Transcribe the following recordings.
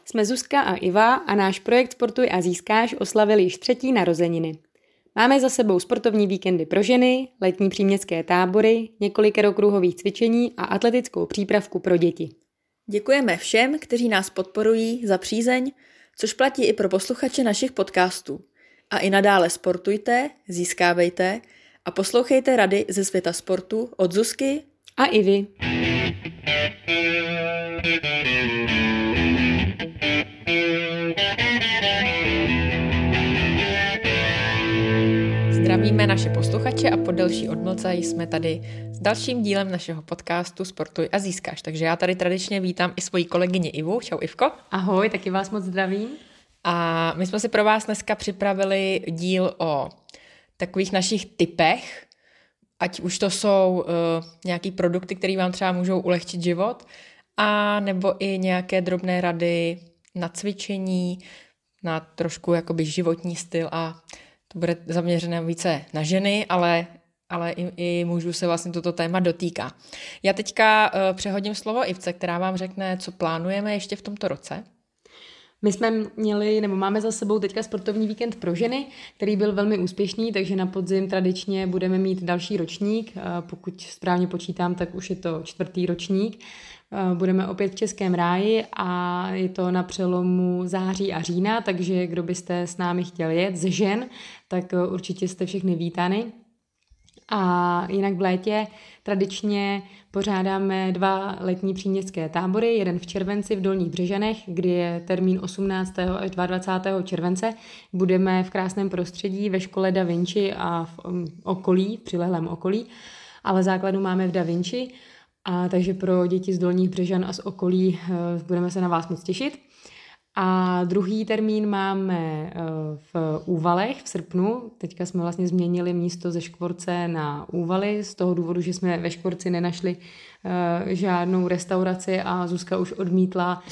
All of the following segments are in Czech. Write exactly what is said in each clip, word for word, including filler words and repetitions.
Jsme Zuzka a Iva a náš projekt Sportuj a získáš oslavili již třetí narozeniny. Máme za sebou sportovní víkendy pro ženy, letní příměstské tábory, několikero kruhových cvičení a atletickou přípravku pro děti. Děkujeme všem, kteří nás podporují za přízeň, což platí i pro posluchače našich podcastů. A i nadále sportujte, získávejte a poslouchejte rady ze světa sportu od Zuzky a Ivy. Zdravíme naše posluchače a po delší odmlce jsme tady s dalším dílem našeho podcastu Sportuj a získáš. Takže já tady tradičně vítám i svoji kolegyni Ivu. Čau Ivko. Ahoj, taky vás moc zdravím. A my jsme si pro vás dneska připravili díl o takových našich tipech, ať už to jsou uh, nějaký produkty, které vám třeba můžou ulehčit život, a nebo i nějaké drobné rady na cvičení, na trošku jakoby životní styl, a to bude zaměřené více na ženy, ale, ale i, i mužů se vlastně toto téma dotýká. Já teďka uh, přehodím slovo Ivce, která vám řekne, co plánujeme ještě v tomto roce. My jsme měli, nebo máme za sebou teďka sportovní víkend pro ženy, který byl velmi úspěšný, takže na podzim tradičně budeme mít další ročník. Pokud správně počítám, tak už je to čtvrtý ročník. Budeme opět v Českém ráji a je to na přelomu září a října, takže kdo byste s námi chtěl jet z žen, tak určitě jste všechny vítány. A jinak v létě tradičně pořádáme dva letní příměstské tábory, jeden v červenci v Dolních Břežanech, kdy je termín osmnáctého až dvacátého druhého července. Budeme v krásném prostředí ve škole Da Vinci a v okolí, v přilehlém okolí, ale základu máme v Da Vinci, a takže pro děti z Dolních Břežan a z okolí budeme se na vás moc těšit. A druhý termín máme v Úvalech v srpnu. Teďka jsme vlastně změnili místo ze Škvorce na Úvaly z toho důvodu, že jsme ve Škvorci nenašli žádnou restauraci a Zuzka už odmítla,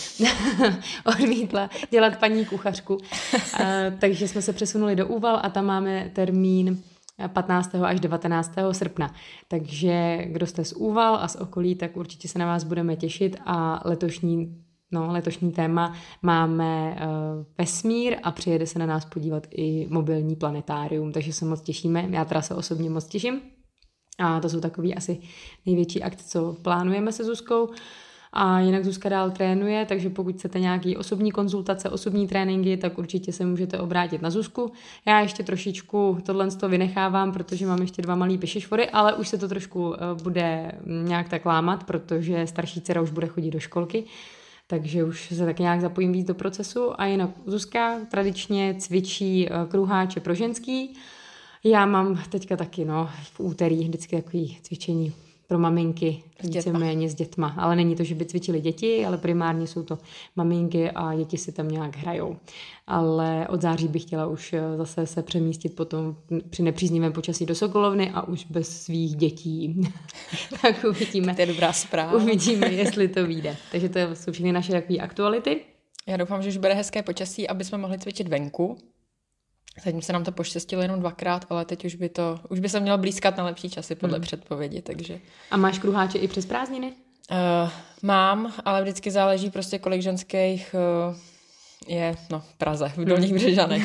odmítla dělat paní kuchařku. Takže jsme se přesunuli do Úval a tam máme termín patnáctého až devatenáctého srpna. Takže kdo jste z Úval a z okolí, tak určitě se na vás budeme těšit a letošní No, letošní téma máme uh, vesmír a přijede se na nás podívat i mobilní planetárium, takže se moc těšíme. Já teda se osobně moc těším. A to jsou takový asi největší akce, co plánujeme se Zuzkou. A jinak Zuzka dál trénuje, takže pokud chcete nějaký osobní konzultace, osobní tréninky, tak určitě se můžete obrátit na Zuzku. Já ještě trošičku tohle z toho vynechávám, protože mám ještě dva malý pěšešvory, ale už se to trošku uh, bude nějak tak lámat, protože starší dcera už bude chodit do školky. Takže už se tak nějak zapojím víc do procesu. A jinak Zuzka tradičně cvičí kruháče pro ženský. Já mám teďka taky, no, v úterý vždycky takový cvičení pro maminky, víceméně s dětma. Ale není to, že by cvičili děti, ale primárně jsou to maminky a děti si tam nějak hrajou. Ale od září bych chtěla už zase se přemístit potom při nepříznivém počasí do Sokolovny a už bez svých dětí. Tak uvidíme. To je dobrá zpráva. Uvidíme, jestli to vyjde. Takže to jsou všechny naše takové aktuality. Já doufám, že už bude hezké počasí, aby jsme mohli cvičit venku. Zatím se nám to poštěstilo jenom dvakrát, ale teď už by to, už by se mělo blízkat na lepší časy podle hmm. předpovědi, takže. A máš kruháče i přes prázdniny? Uh, mám, ale vždycky záleží prostě, kolik ženských uh, je, no, v Praze, v Dolních Břežanech.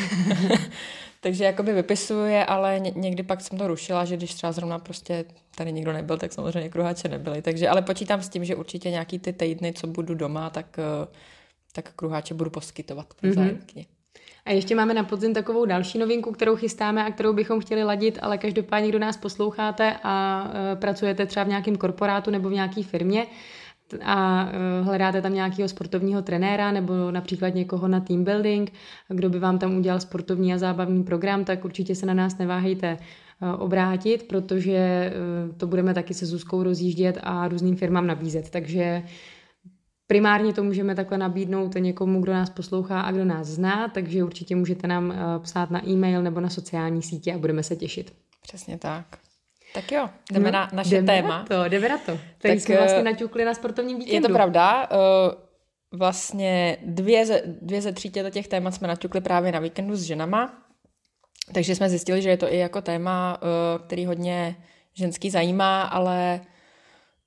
Takže jakoby vypisuje, ale ně, někdy pak jsem to rušila, že když třeba zrovna prostě tady nikdo nebyl, tak samozřejmě kruháče nebyly. Takže, ale počítám s tím, že určitě nějaký ty týdny, co budu doma, tak, uh, tak kruháče budu poskytovat pro zájemkyně. Mm-hmm. A ještě máme na podzim takovou další novinku, kterou chystáme a kterou bychom chtěli ladit, ale každopádně, kdo nás posloucháte a e, pracujete třeba v nějakém korporátu nebo v nějaké firmě a e, hledáte tam nějakého sportovního trenéra nebo například někoho na team building, kdo by vám tam udělal sportovní a zábavný program, tak určitě se na nás neváhejte e, obrátit, protože e, to budeme taky se Zuzkou rozjíždět a různým firmám nabízet. Takže primárně to můžeme takhle nabídnout někomu, kdo nás poslouchá a kdo nás zná, takže určitě můžete nám psát na e-mail nebo na sociální sítě a budeme se těšit. Přesně tak. Tak jo, jdeme no, na naše jdeme téma. Na to, jdeme na to. Tady jsme vlastně naťukli na sportovním víkendu. Je to pravda. Vlastně dvě ze, dvě ze tří těch témat jsme naťukli právě na víkendu s ženama. Takže jsme zjistili, že je to i jako téma, který hodně ženský zajímá, ale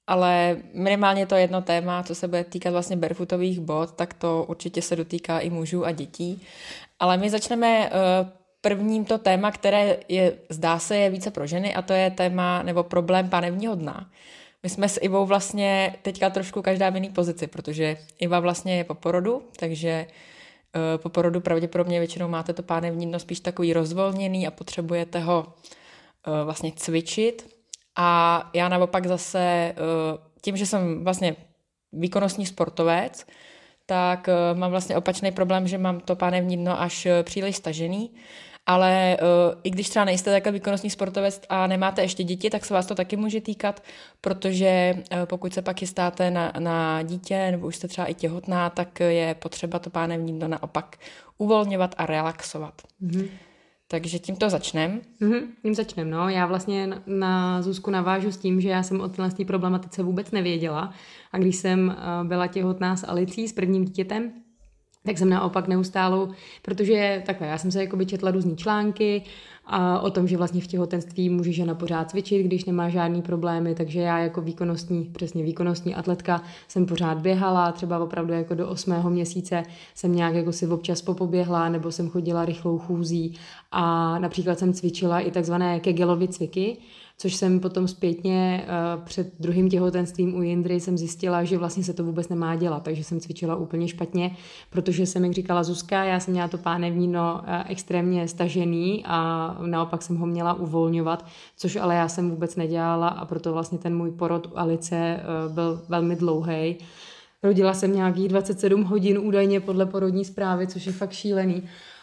ale minimálně to jedno téma, co se bude týkat vlastně barefootových bot, tak to určitě se dotýká i mužů a dětí. Ale my začneme prvním to téma, které je, zdá se, je více pro ženy, a to je téma nebo problém pánevního dna. My jsme s Ivou vlastně teďka trošku každá v jiný pozici, protože Iva vlastně je po porodu, takže uh, po porodu pravděpodobně většinou máte to pánevní dno spíš takový rozvolněný a potřebujete ho uh, vlastně cvičit. A já naopak zase uh, tím, že jsem vlastně výkonnostní sportovec, tak uh, mám vlastně opačný problém, že mám to pánevní dno až uh, příliš stažený. Ale uh, i když třeba nejste takhle výkonnostní sportovec a nemáte ještě děti, tak se vás to taky může týkat, protože uh, pokud se pak chystáte na, na dítě nebo už jste třeba i těhotná, tak je potřeba to pánevní dno naopak uvolňovat a relaxovat. Mm-hmm. Takže tímto začneme. Mm-hmm, tím začneme, no. Já vlastně na, na Zuzku navážu s tím, že já jsem o téhle problematice vůbec nevěděla a když jsem uh, byla těhotná s Alicí, s prvním dítětem, tak jsem naopak neustálou, protože takhle, já jsem se jakoby četla různý články a o tom, že vlastně v těhotenství může žena pořád cvičit, když nemá žádný problémy, takže já jako výkonnostní, přesně výkonnostní atletka jsem pořád běhala, třeba opravdu jako do osmého měsíce jsem nějak jako si občas popoběhla, nebo jsem chodila rychlou chůzí a například jsem cvičila i takzvané Kegelovy cviky, což jsem potom zpětně uh, před druhým těhotenstvím u Jindry jsem zjistila, že vlastně se to vůbec nemá dělat, takže jsem cvičila úplně špatně, protože jsem, jak říkala Zuzka, já jsem měla to pánevní dno uh, extrémně stažený a naopak jsem ho měla uvolňovat, což ale já jsem vůbec nedělala a proto vlastně ten můj porod u Alice uh, byl velmi dlouhý. Rodila jsem nějakých dvacet sedm hodin údajně podle porodní zprávy, což je fakt šílený.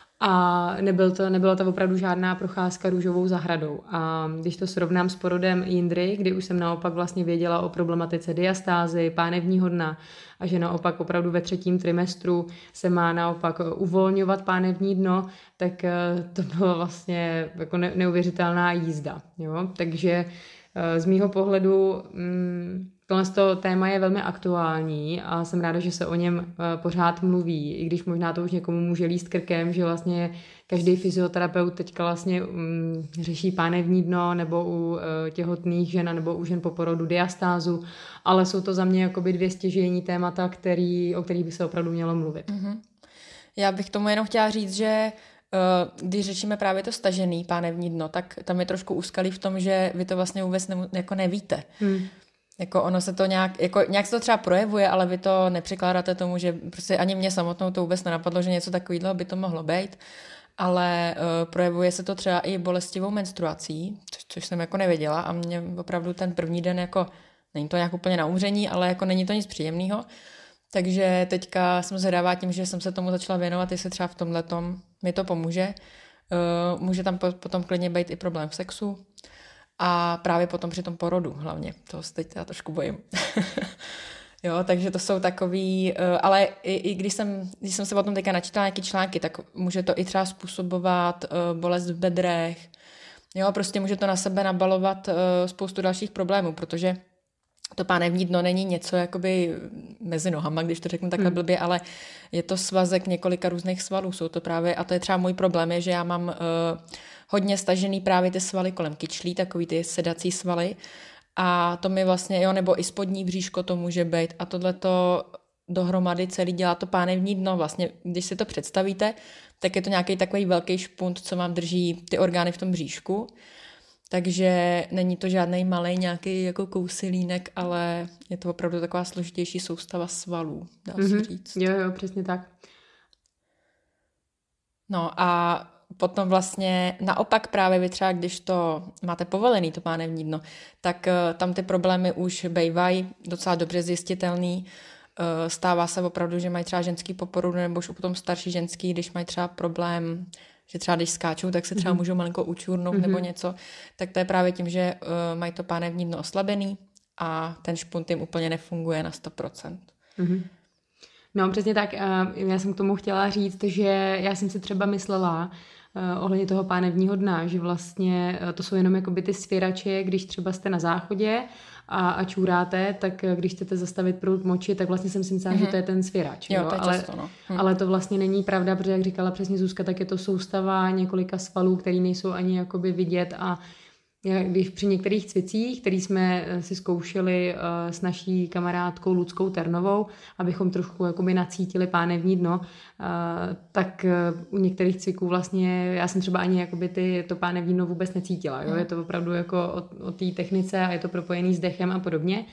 A nebyl to, nebyla to opravdu žádná procházka růžovou zahradou. A když to srovnám s porodem Jindry, kdy už jsem naopak vlastně věděla o problematice diastázy, pánevního dna a že naopak opravdu ve třetím trimestru se má naopak uvolňovat pánevní dno, tak to byla vlastně jako neuvěřitelná jízda. Jo? Takže z mýho pohledu mm, tohle to téma je velmi aktuální a jsem ráda, že se o něm pořád mluví, i když možná to už někomu může líst krkem, že vlastně každý fyzioterapeut teďka vlastně um, řeší pánevní dno nebo u uh, těhotných žen nebo u žen po porodu diastázu, ale jsou to za mě jakoby dvě stěžejní témata, který, o kterých by se opravdu mělo mluvit. Mm-hmm. Já bych tomu jenom chtěla říct, že když řešíme právě to stažený pánevní dno, tak tam je trošku úskalí v tom, že vy to vlastně vůbec ne, jako nevíte. Hmm. Jako ono se to nějak, jako nějak se to třeba projevuje, ale vy to nepřikládáte tomu, že prostě ani mě samotnou to vůbec nenapadlo, že něco takového by to mohlo být, ale uh, projevuje se to třeba i bolestivou menstruací, což, což jsem jako nevěděla a mě opravdu ten první den jako, není to nějak úplně na umření, ale jako není to nic příjemného. Takže teďka jsem zvědavá tím, že jsem se tomu začala věnovat, jestli třeba v tomhletom mi to pomůže. Uh, může tam po, potom klidně být i problém v sexu a právě potom při tom porodu hlavně. To se teď já trošku bojím. Jo, takže to jsou takový, uh, ale i, i když, jsem, když jsem se o tom teďka načítala nějaký články, tak může to i třeba způsobovat uh, bolest v bedrech. Jo, prostě může to na sebe nabalovat uh, spoustu dalších problémů, protože to pánevní dno není něco jakoby mezi nohama, když to řeknu takhle hmm. blbě, ale je to svazek několika různých svalů. Jsou to právě, a to je třeba můj problém, je, že já mám uh, hodně stažený právě ty svaly kolem kyčlí, takový ty sedací svaly a to mi vlastně, jo, nebo i spodní bříško to může být a tohleto dohromady celý dělá to pánevní dno. Vlastně, když si to představíte, tak je to nějaký takový velký špunt, co vám drží ty orgány v tom bříšku. Takže není to žádnej malej nějaký jako kousilínek, ale je to opravdu taková složitější soustava svalů, dá mm-hmm. se říct. Jo, jo, přesně tak. No a potom vlastně naopak právě vy třeba, když to máte povolený, to pánevní dno, tak uh, tam ty problémy už bejvají docela dobře zjistitelný. Uh, stává se opravdu, že mají třeba ženský po porodu nebo už potom starší ženský, když mají třeba problém, že třeba když skáčou, tak se třeba mm-hmm. můžou malinko učurnout mm-hmm. nebo něco, tak to je právě tím, že uh, mají to pánevní dno oslabený a ten špunt jim úplně nefunguje na sto procent. Mm-hmm. No přesně tak, já jsem k tomu chtěla říct, že já jsem si třeba myslela uh, ohledně toho pánevního dna, že vlastně uh, to jsou jenom jakoby ty svěrače, když třeba jste na záchodě a, a čůráte, tak když chcete zastavit proud moči, tak vlastně jsem si myslela, mm-hmm. že to je ten svěrač. Jo, jo? to je ale, často, no. hm. ale to vlastně není pravda, protože jak říkala přesně Zuzka, tak je to soustava několika svalů, které nejsou ani jakoby vidět a když při některých cvicích, který jsme si zkoušeli s naší kamarádkou Luckou Ternovou, abychom trošku jakoby nacítili pánevní dno, tak u některých cviků vlastně já jsem třeba ani jakoby ty, to pánevní dno vůbec necítila. Jo? Je to opravdu jako o, o té technice a je to propojený s dechem a podobně.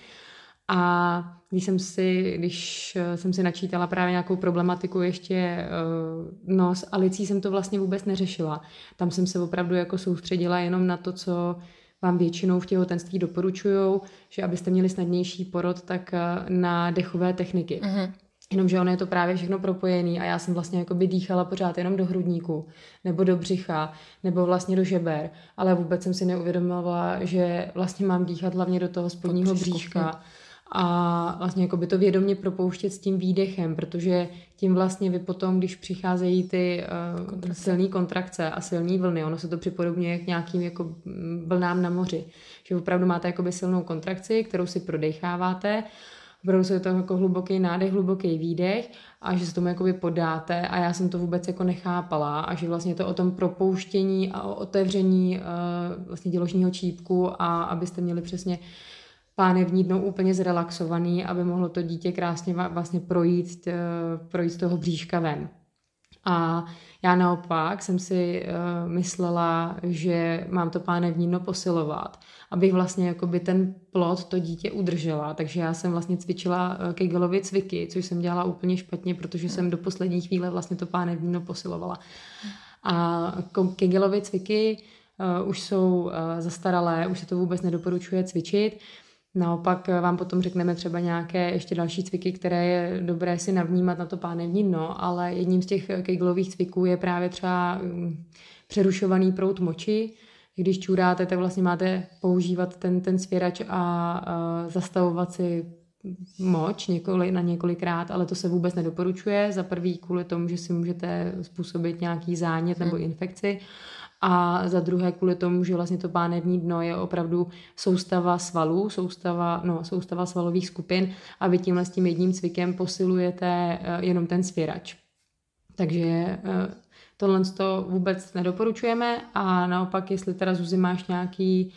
A když jsem si, když jsem si načítala právě nějakou problematiku ještě uh, nos a licí, jsem to vlastně vůbec neřešila. Tam jsem se opravdu jako soustředila jenom na to, co vám většinou v těhotenství doporučujou, že abyste měli snadnější porod, tak uh, na dechové techniky. Uh-huh. Jenomže ono je to právě všechno propojený a já jsem vlastně jakoby dýchala pořád jenom do hrudníku, nebo do břicha, nebo vlastně do žeber, ale vůbec jsem si neuvědomovala, že vlastně mám dýchat hlavně do toho spodního bříška. A vlastně jako by to vědomě propouštět s tím výdechem, protože tím vlastně vy potom, když přicházejí ty uh, kontrakce. silné kontrakce a silné vlny, ono se to připodobňuje k nějakým jako vlnám na moři, že opravdu máte jakoby silnou kontrakci, kterou si prodecháváte, opravdu se to jako hluboký nádech, hluboký výdech a že se tomu jakoby podáte a já jsem to vůbec jako nechápala a že vlastně to o tom propouštění a o otevření uh, vlastně děložního čípku a abyste měli přesně pánevní dno úplně zrelaxovaný, aby mohlo to dítě krásně vlastně projít, projít z toho bříška ven. A já naopak jsem si uh, myslela, že mám to pánevní dno posilovat, abych vlastně jakoby ten plod, to dítě udržela. Takže já jsem vlastně cvičila uh, Kegelovy cviky, což jsem dělala úplně špatně, protože jsem do poslední chvíle vlastně to pánevní dno posilovala. A Kegelovy cviky uh, už jsou uh, zastaralé, už se to vůbec nedoporučuje cvičit. Naopak vám potom řekneme třeba nějaké ještě další cviky, které je dobré si navnímat na to pánevní dno, ale jedním z těch Kegelových cviků je právě třeba přerušovaný proud moči. Když čůráte, tak vlastně máte používat ten, ten svěrač a, a zastavovat si moč několik, na několikrát, ale to se vůbec nedoporučuje. Za prvý kvůli tomu, že si můžete způsobit nějaký zánět nebo infekci. A za druhé kvůli tomu, že vlastně to pánevní dno je opravdu soustava svalů, soustava, no, soustava svalových skupin a vy tímhle s tím jedním cvikem posilujete jenom ten svěrač. Takže tohle to vůbec nedoporučujeme a naopak, jestli teda Zuzi máš nějaký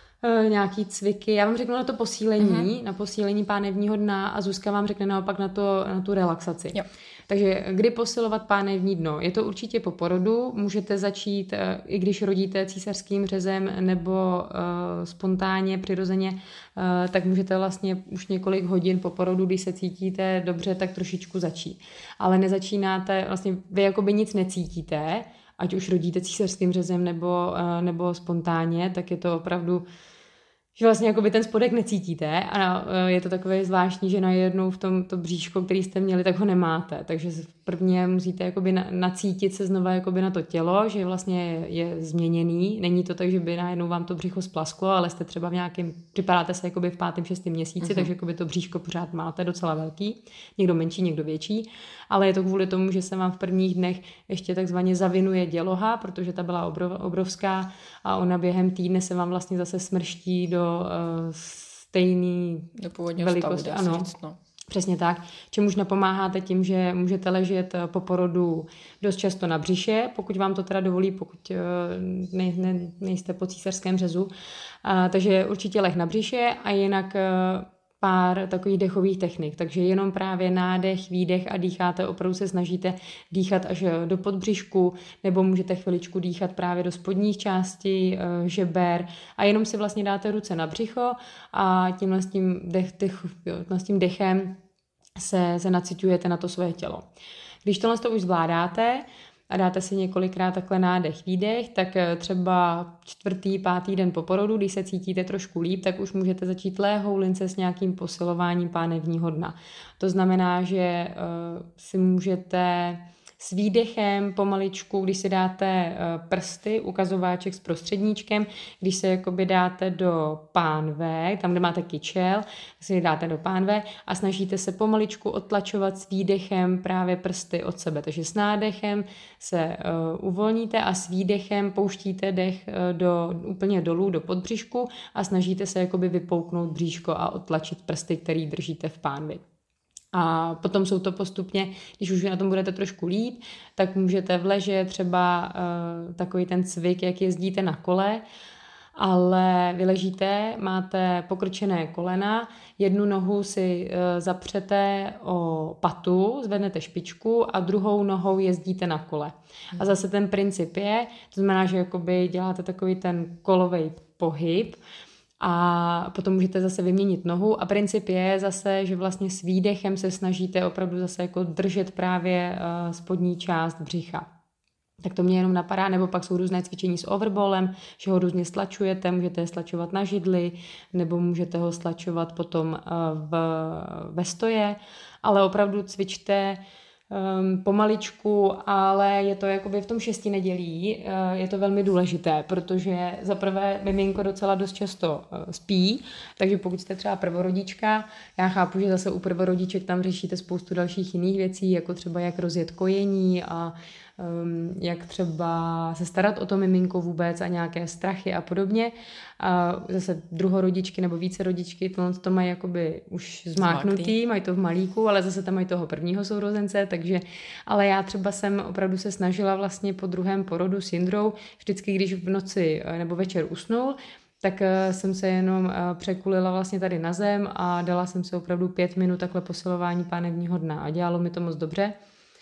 nějaký cviky. Já vám řeknu na to posílení, uh-huh. na posílení pánevního dna a Zuzka vám řekne naopak na, to, na tu relaxaci. Jo. Takže kdy posilovat pánevní dno? Je to určitě po porodu, můžete začít, i když rodíte císařským řezem nebo uh, spontánně, přirozeně, uh, tak můžete vlastně už několik hodin po porodu, když se cítíte dobře, tak trošičku začít. Ale nezačínáte, vlastně vy jakoby nic necítíte, ať už rodíte císařským řezem nebo, uh, nebo spontánně, tak je to opravdu, že vlastně jakoby ten spodek necítíte a je to takové zvláštní, že najednou v tom to bříško, který jste měli, tak ho nemáte. Takže prvně musíte jakoby nacítit se znova jakoby na to tělo, že vlastně je, je změněný. Není to tak, že by najednou vám to břicho splasklo, ale jste třeba v nějakém, připadáte se jakoby v pátém, šestém měsíci, uh-huh. takže jakoby to bříško pořád máte docela velký. Někdo menší, někdo větší. Ale je to kvůli tomu, že se vám v prvních dnech ještě takzvaně zavinuje děloha, protože ta byla obrov, obrovská a ona během týdne se vám vlastně zase smrští do uh, stejný do původního velikosti. Stavu, ano, říct, no. Přesně tak. Čemuž napomáháte tím, že můžete ležet po porodu dost často na břiše, pokud vám to teda dovolí, pokud ne, ne, nejste po císařském řezu. Uh, takže určitě leh na břiše a jinak uh, pár takových dechových technik, takže jenom právě nádech, výdech a dýcháte, opravdu se snažíte dýchat až do podbřišku, nebo můžete chviličku dýchat právě do spodních částí žeber a jenom si vlastně dáte ruce na břicho a tímhle s tím, dech, dech, s tím dechem se, se naciťujete na to svoje tělo. Když tohle to už zvládáte, a dáte si několikrát takhle nádech, výdech, tak třeba čtvrtý, pátý den po porodu, když se cítíte trošku líp, tak už můžete začít léhou lince s nějakým posilováním pánevního dna. To znamená, že uh, si můžete s výdechem pomaličku, když si dáte prsty, ukazováček s prostředníčkem, když se jakoby dáte do pánve, tam, kde máte kyčel, si dáte do pánve a snažíte se pomaličku odtlačovat s výdechem právě prsty od sebe. Takže s nádechem se uh, uvolníte a s výdechem pouštíte dech uh, do, úplně dolů do podbřišku a snažíte se jakoby vypouknout bříško a odtlačit prsty, který držíte v pánvi. A potom jsou to postupně, když už na tom budete trošku líp, tak můžete v leže třeba uh, takový ten cvik, jak jezdíte na kole ale vy ležíte, máte pokrčené kolena, jednu nohu si e, zapřete o patu, zvednete špičku a druhou nohou jezdíte na kole. A zase ten princip je, to znamená, že jakoby děláte takový ten kolovej pohyb a potom můžete zase vyměnit nohu a princip je zase, že vlastně s výdechem se snažíte opravdu zase jako držet právě e, spodní část břicha. Tak to mě jenom napadá, nebo pak jsou různé cvičení s overballem, že ho různě stlačujete, můžete je stlačovat na židli, nebo můžete ho stlačovat potom v, ve stoje, ale opravdu cvičte um, pomaličku, ale je to jakoby v tom šesti nedělí, uh, je to velmi důležité, protože za prvé miminko docela dost často uh, spí, takže pokud jste třeba prvorodička, já chápu, že zase u prvorodiček tam řešíte spoustu dalších jiných věcí, jako třeba jak rozjet kojení a Um, jak třeba se starat o to miminko vůbec a nějaké strachy a podobně. A zase druhorodičky nebo více rodičky to, to mají jakoby už zmáknutý, mají to v malíku, ale zase tam mají toho prvního sourozence, takže, ale já třeba jsem opravdu se snažila vlastně po druhém porodu s Jindrou, vždycky, když v noci nebo večer usnul, tak jsem se jenom překulila vlastně tady na zem a dala jsem se opravdu pět minut takhle posilování pánevního dna a dělalo mi to moc dobře.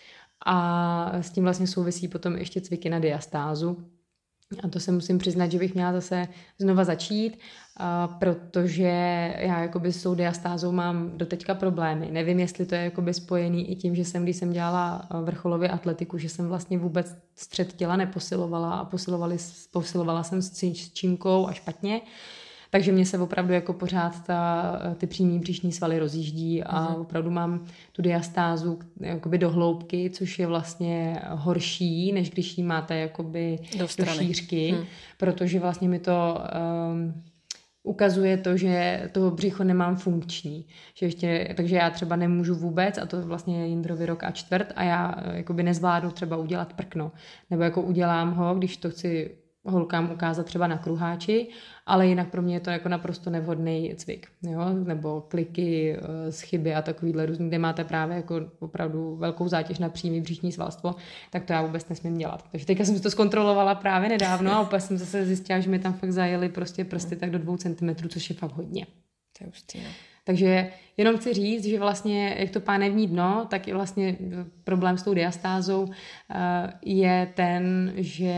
A s tím vlastně souvisí potom ještě cviky na diastázu. A to se musím přiznat, že bych měla zase znova začít, protože já jakoby s tou diastázou mám doteďka problémy. Nevím, jestli to je jakoby spojený i tím, že jsem, když jsem dělala vrcholově atletiku, že jsem vlastně vůbec střed těla neposilovala a posilovala jsem s činkou a špatně. Takže mě se opravdu jako pořád ta, ty přímý břišní svaly rozjíždí a mm. opravdu mám tu diastázu jakoby do hloubky, což je vlastně horší, než když ji máte jakoby do, do šířky, mm. protože vlastně mi to um, ukazuje to, že toho břicho nemám funkční. Že ještě, takže já třeba nemůžu vůbec, a to vlastně je Jindrovi rok a čtvrt, a já jakoby nezvládnu třeba udělat prkno. Nebo jako udělám ho, když to chci holkám ukázat třeba na kruháči, ale jinak pro mě je to jako naprosto nevhodný cvik, jo? Nebo kliky z chyby a takovýhle různý, kde máte právě jako opravdu velkou zátěž na přímý břišní svalstvo, tak to já vůbec nesmím dělat. Takže teďka jsem si to zkontrolovala právě nedávno a opět jsem zase zjistila, že mi tam fakt zajeli prostě prsty tak do dvou centimetrů, což je fakt hodně. To je hustý, no. Takže jenom chci říct, že vlastně jak to pánevní dno, tak i vlastně problém s tou diastázou je ten, že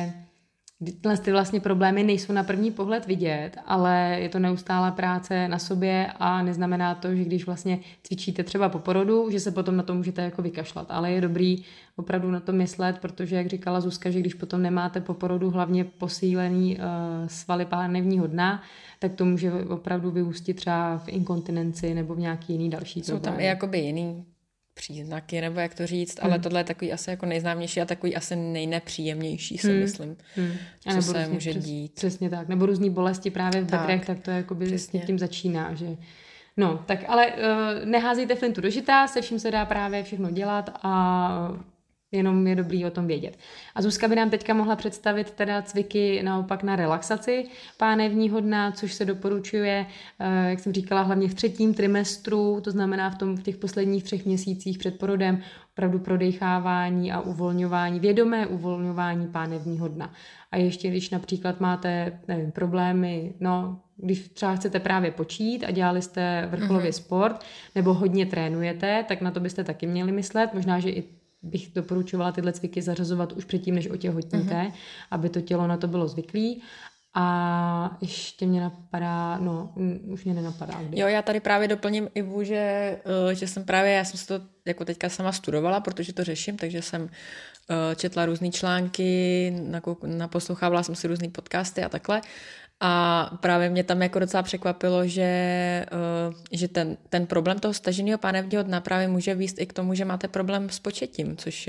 tyhle ty vlastně problémy nejsou na první pohled vidět, ale je to neustálá práce na sobě a neznamená to, že když vlastně cvičíte třeba po porodu, že se potom na to můžete jako vykašlat, ale je dobrý opravdu na to myslet, protože jak říkala Zuzka, že když potom nemáte po porodu hlavně posílený uh, svaly pánevního dna, tak to může opravdu vyústit třeba v inkontinenci nebo v nějaký jiný další Jsou problém. tam i jakoby jiný příznaky, nebo jak to říct, ale hmm. tohle je takový asi jako nejznámější a takový asi nejnepříjemnější, si hmm. myslím, hmm. co nebo se může přes, dít. Přesně tak, nebo různý bolesti právě v bedrech, tak, tak to jakoby tím začíná, že no, tak ale uh, neházejte flintu do žita, se vším se dá právě všechno dělat a jenom je dobrý o tom vědět. A Zuzka by nám teďka mohla představit teda cviky naopak na relaxaci pánevního dna, což se doporučuje, jak jsem říkala, hlavně v třetím trimestru, to znamená v, tom, v těch posledních třech měsících před porodem, opravdu prodejchávání a uvolňování, vědomé uvolňování pánevního dna. A ještě když například máte, nevím, problémy, no, když třeba chcete právě počít a dělali jste vrcholově mm-hmm. sport, nebo hodně trénujete, tak na to byste taky měli myslet, možná, že i bych doporučovala tyhle cviky zařazovat už předtím, než otěhotníte, uh-huh. aby to tělo na to bylo zvyklý. A ještě mě napadá, no, už mě nenapadá. Kdy. Jo, já tady právě doplním Ivu, že, že jsem právě, já jsem se to jako teďka sama studovala, protože to řeším, takže jsem četla různý články, naposlouchávala jsem si různý podcasty a takhle. A právě mě tam jako docela překvapilo, že, že ten, ten problém toho staženého pánevního dna právě může vést i k tomu, že máte problém s početím, což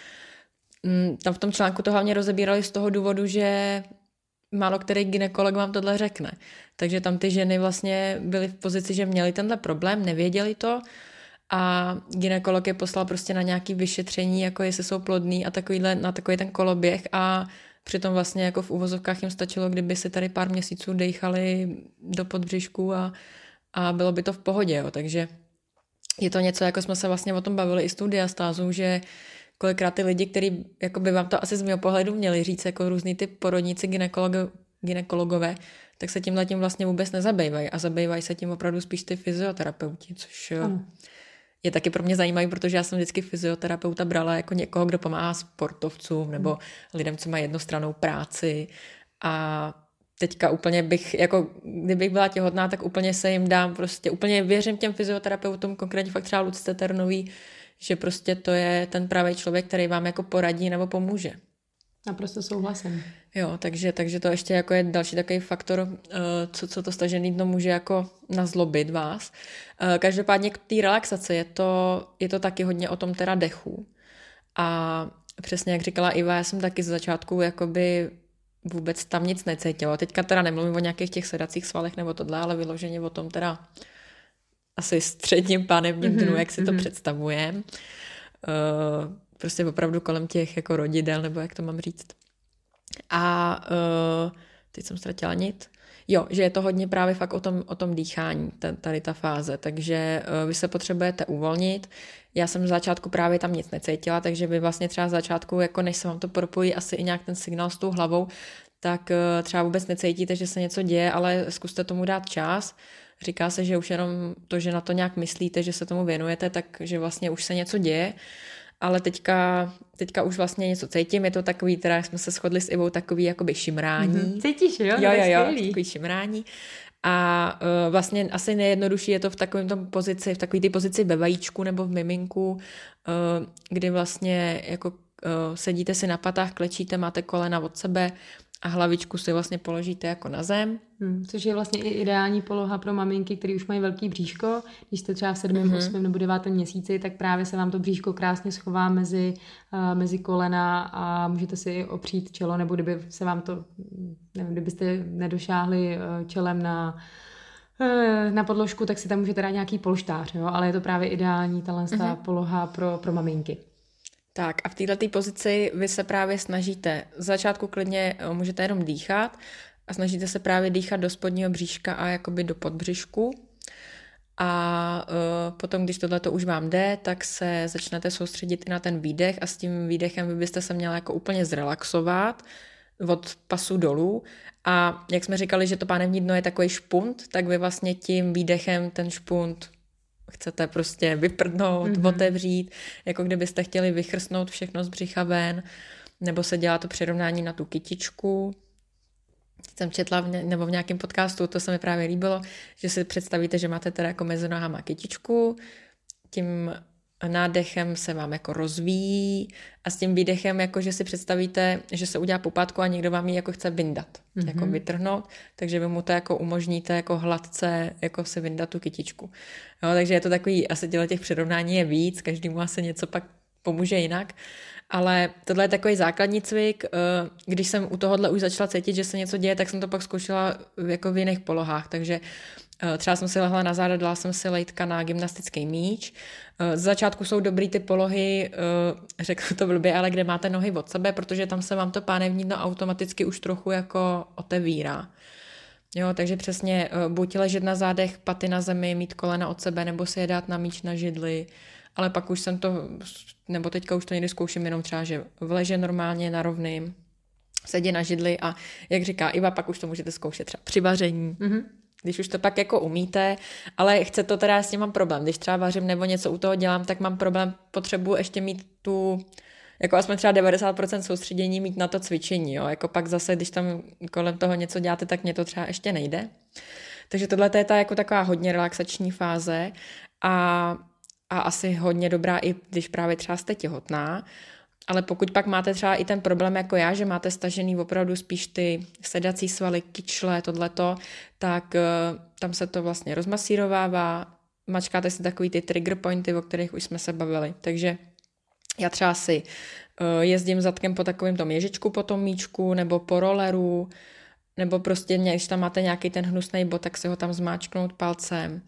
tam v tom článku to hlavně rozebírali z toho důvodu, že málo který gynekolog vám tohle řekne. Takže tam ty ženy vlastně byly v pozici, že měly tenhle problém, nevěděli to a gynekolog je poslal prostě na nějaké vyšetření, jako jestli jsou plodný a takovýhle, na takový ten koloběh a přitom vlastně jako v uvozovkách jim stačilo, kdyby si tady pár měsíců dejchali do podbřišku a, a bylo by to v pohodě. Jo. Takže je to něco, jako jsme se vlastně o tom bavili i s tou diastázou, že kolikrát ty lidi, kteří jako by vám to asi z mého pohledu měli říct, jako různý ty porodníci, gynekolog, gynekologové, tak se tímhle tím vlastně vůbec nezabývají a zabývají se tím opravdu spíš ty fyzioterapeuti, což ano. je taky pro mě zajímavý, protože já jsem vždycky fyzioterapeuta brala jako někoho, kdo pomáhá sportovcům nebo hmm. lidem, co mají jednostrannou práci a teďka úplně bych, jako kdybych byla těhotná, tak úplně se jim dám, prostě úplně věřím těm fyzioterapeutům, konkrétně fakt třeba Lucce Ternový, že prostě to je ten pravý člověk, který vám jako poradí nebo pomůže. Naprosto souhlasím. Jo, takže, takže to ještě jako je další takový faktor, co, co to stažený dno může jako nazlobit vás. Každopádně k té relaxaci je to, je to taky hodně o tom teda dechu. A přesně jak říkala Iva, já jsem taky z začátku jakoby vůbec tam nic necítila. Teďka teda nemluvím o nějakých těch sedacích svalech nebo tohle, ale vyloženě o tom teda asi středním pánevním dnu, mm-hmm, jak si mm-hmm. to představujeme. Uh, prostě opravdu kolem těch jako rodidel, nebo jak to mám říct. A uh, teď jsem ztratila nit. Jo, že je to hodně právě fakt o tom, o tom dýchání, tady ta fáze, takže uh, vy se potřebujete uvolnit. Já jsem v začátku právě tam nic necítila, takže vy vlastně třeba v začátku, jako než se vám to propojí asi i nějak ten signál s tou hlavou, tak uh, třeba vůbec necítíte, že se něco děje, ale zkuste tomu dát čas. Říká se, že už jenom to, že na to nějak myslíte, že se tomu věnujete, takže vlastně už se něco děje. Ale teďka, teďka už vlastně něco cítím, je to takový, teda jsme se shodli s Ivou, takový jakoby šimrání. Mm-hmm. Cítíš, jo? Jo, jo, jo, takový šimrání. A uh, vlastně asi nejjednodušší je to v takovém tom pozici, v takové té pozici ve vajíčku nebo v miminku, uh, kdy vlastně jako uh, sedíte si na patách, klečíte, máte kolena od sebe a hlavičku si vlastně položíte jako na zem. Hmm, což je vlastně i ideální poloha pro maminky, které už mají velký bříško. Když jste třeba v sedmém, mm-hmm. osmém nebo devátém měsíci, tak právě se vám to bříško krásně schová mezi, uh, mezi kolena a můžete si opřít čelo, nebo kdyby se vám to, nevím, kdybyste nedošáhli uh, čelem na uh, na podložku, tak si tam můžete dát nějaký polštář, jo? Ale je to právě ideální tahle mm-hmm. poloha pro, pro maminky. Tak a v této pozici vy se právě snažíte, z začátku klidně můžete jenom dýchat a snažíte se právě dýchat do spodního bříška a jakoby do podbřišku. A uh, potom, když tohleto už vám jde, tak se začnete soustředit i na ten výdech a s tím výdechem vy byste se měla jako úplně zrelaxovat od pasu dolů. A jak jsme říkali, že to pánevní dno je takový špunt, tak vy vlastně tím výdechem ten špunt chcete prostě vyprdnout, mm-hmm. otevřít, jako kdybyste chtěli vychrsnout všechno z břicha ven, nebo se dělá to přirovnání na tu kytičku. Jsem četla v ně, nebo v nějakém podcastu, to se mi právě líbilo, že si představíte, že máte teda jako mezi nohama kytičku, tím nádechem se vám jako rozvíjí a s tím výdechem, jako že si představíte, že se udělá pupátko a někdo vám ji jako chce vyndat, mm-hmm. jako vytrhnout, takže vy mu to jako umožníte jako hladce jako si vyndat tu kytičku. Jo, takže je to takový, asi těle těch přirovnání je víc, každému asi něco pak pomůže jinak, ale tohle je takový základní cvik. Když jsem u tohohle už začala cítit, že se něco děje, tak jsem to pak zkoušela jako v jiných polohách, takže třeba jsem si lehla na záda, dala jsem si lejtka na gymnastický míč. Z začátku jsou dobrý ty polohy, řeknu to blbě, ale kde máte nohy od sebe, protože tam se vám to pánevní dno automaticky už trochu jako otevírá. Jo, takže přesně buď ležet na zádech, paty na zemi, mít kolena od sebe, nebo si je dát na míč na židli, ale pak už jsem to, nebo teďka už to někdy zkouším jenom třeba, že vleže normálně na rovným, sedí na židli a jak říká Iva, pak už to můžete zkoušet třeba při vaření. Mm-hmm. Když už to pak jako umíte, ale chce to teda, s tím mám problém. Když třeba vařím nebo něco u toho dělám, tak mám problém, potřebuji ještě mít tu, jako aspoň třeba devadesát procent soustředění mít na to cvičení, jo. Jako pak zase, když tam kolem toho něco děláte, tak mě to třeba ještě nejde. Takže tohle je ta jako taková hodně relaxační fáze a, a asi hodně dobrá i když právě třeba jste těhotná. Ale pokud pak máte třeba i ten problém jako já, že máte stažený opravdu spíš ty sedací svaly, kyčle, tohleto, tak uh, tam se to vlastně rozmasírovává, mačkáte si takový ty trigger pointy, o kterých už jsme se bavili. Takže já třeba si uh, jezdím zadkem po takovém tom ježičku, po tom míčku, nebo po rolleru, nebo prostě, když tam máte nějaký ten hnusný bod, tak si ho tam zmáčknout palcem.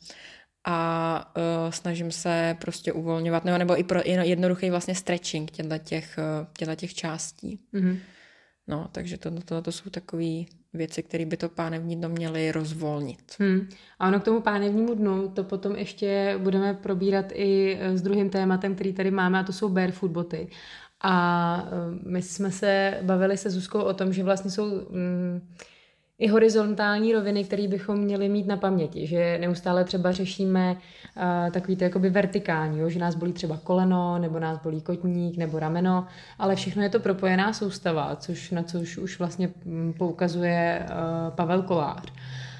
A uh, snažím se prostě uvolňovat, nebo, nebo i pro jednoduchý vlastně stretching těchto těch, těchto těch částí. Mm-hmm. No, takže to, to, to jsou takové věci, které by to pánevní dno měly rozvolnit. Hmm. A ono k tomu pánevnímu dnu to potom ještě budeme probírat i s druhým tématem, který tady máme, a to jsou barefoot boty. A my jsme se bavili se Zuzkou o tom, že vlastně jsou... Mm, i horizontální roviny, které bychom měli mít na paměti, že neustále třeba řešíme uh, takový to jakoby vertikální, jo? Že nás bolí třeba koleno, nebo nás bolí kotník, nebo rameno, ale všechno je to propojená soustava, což, na což už vlastně poukazuje uh, Pavel Kolář.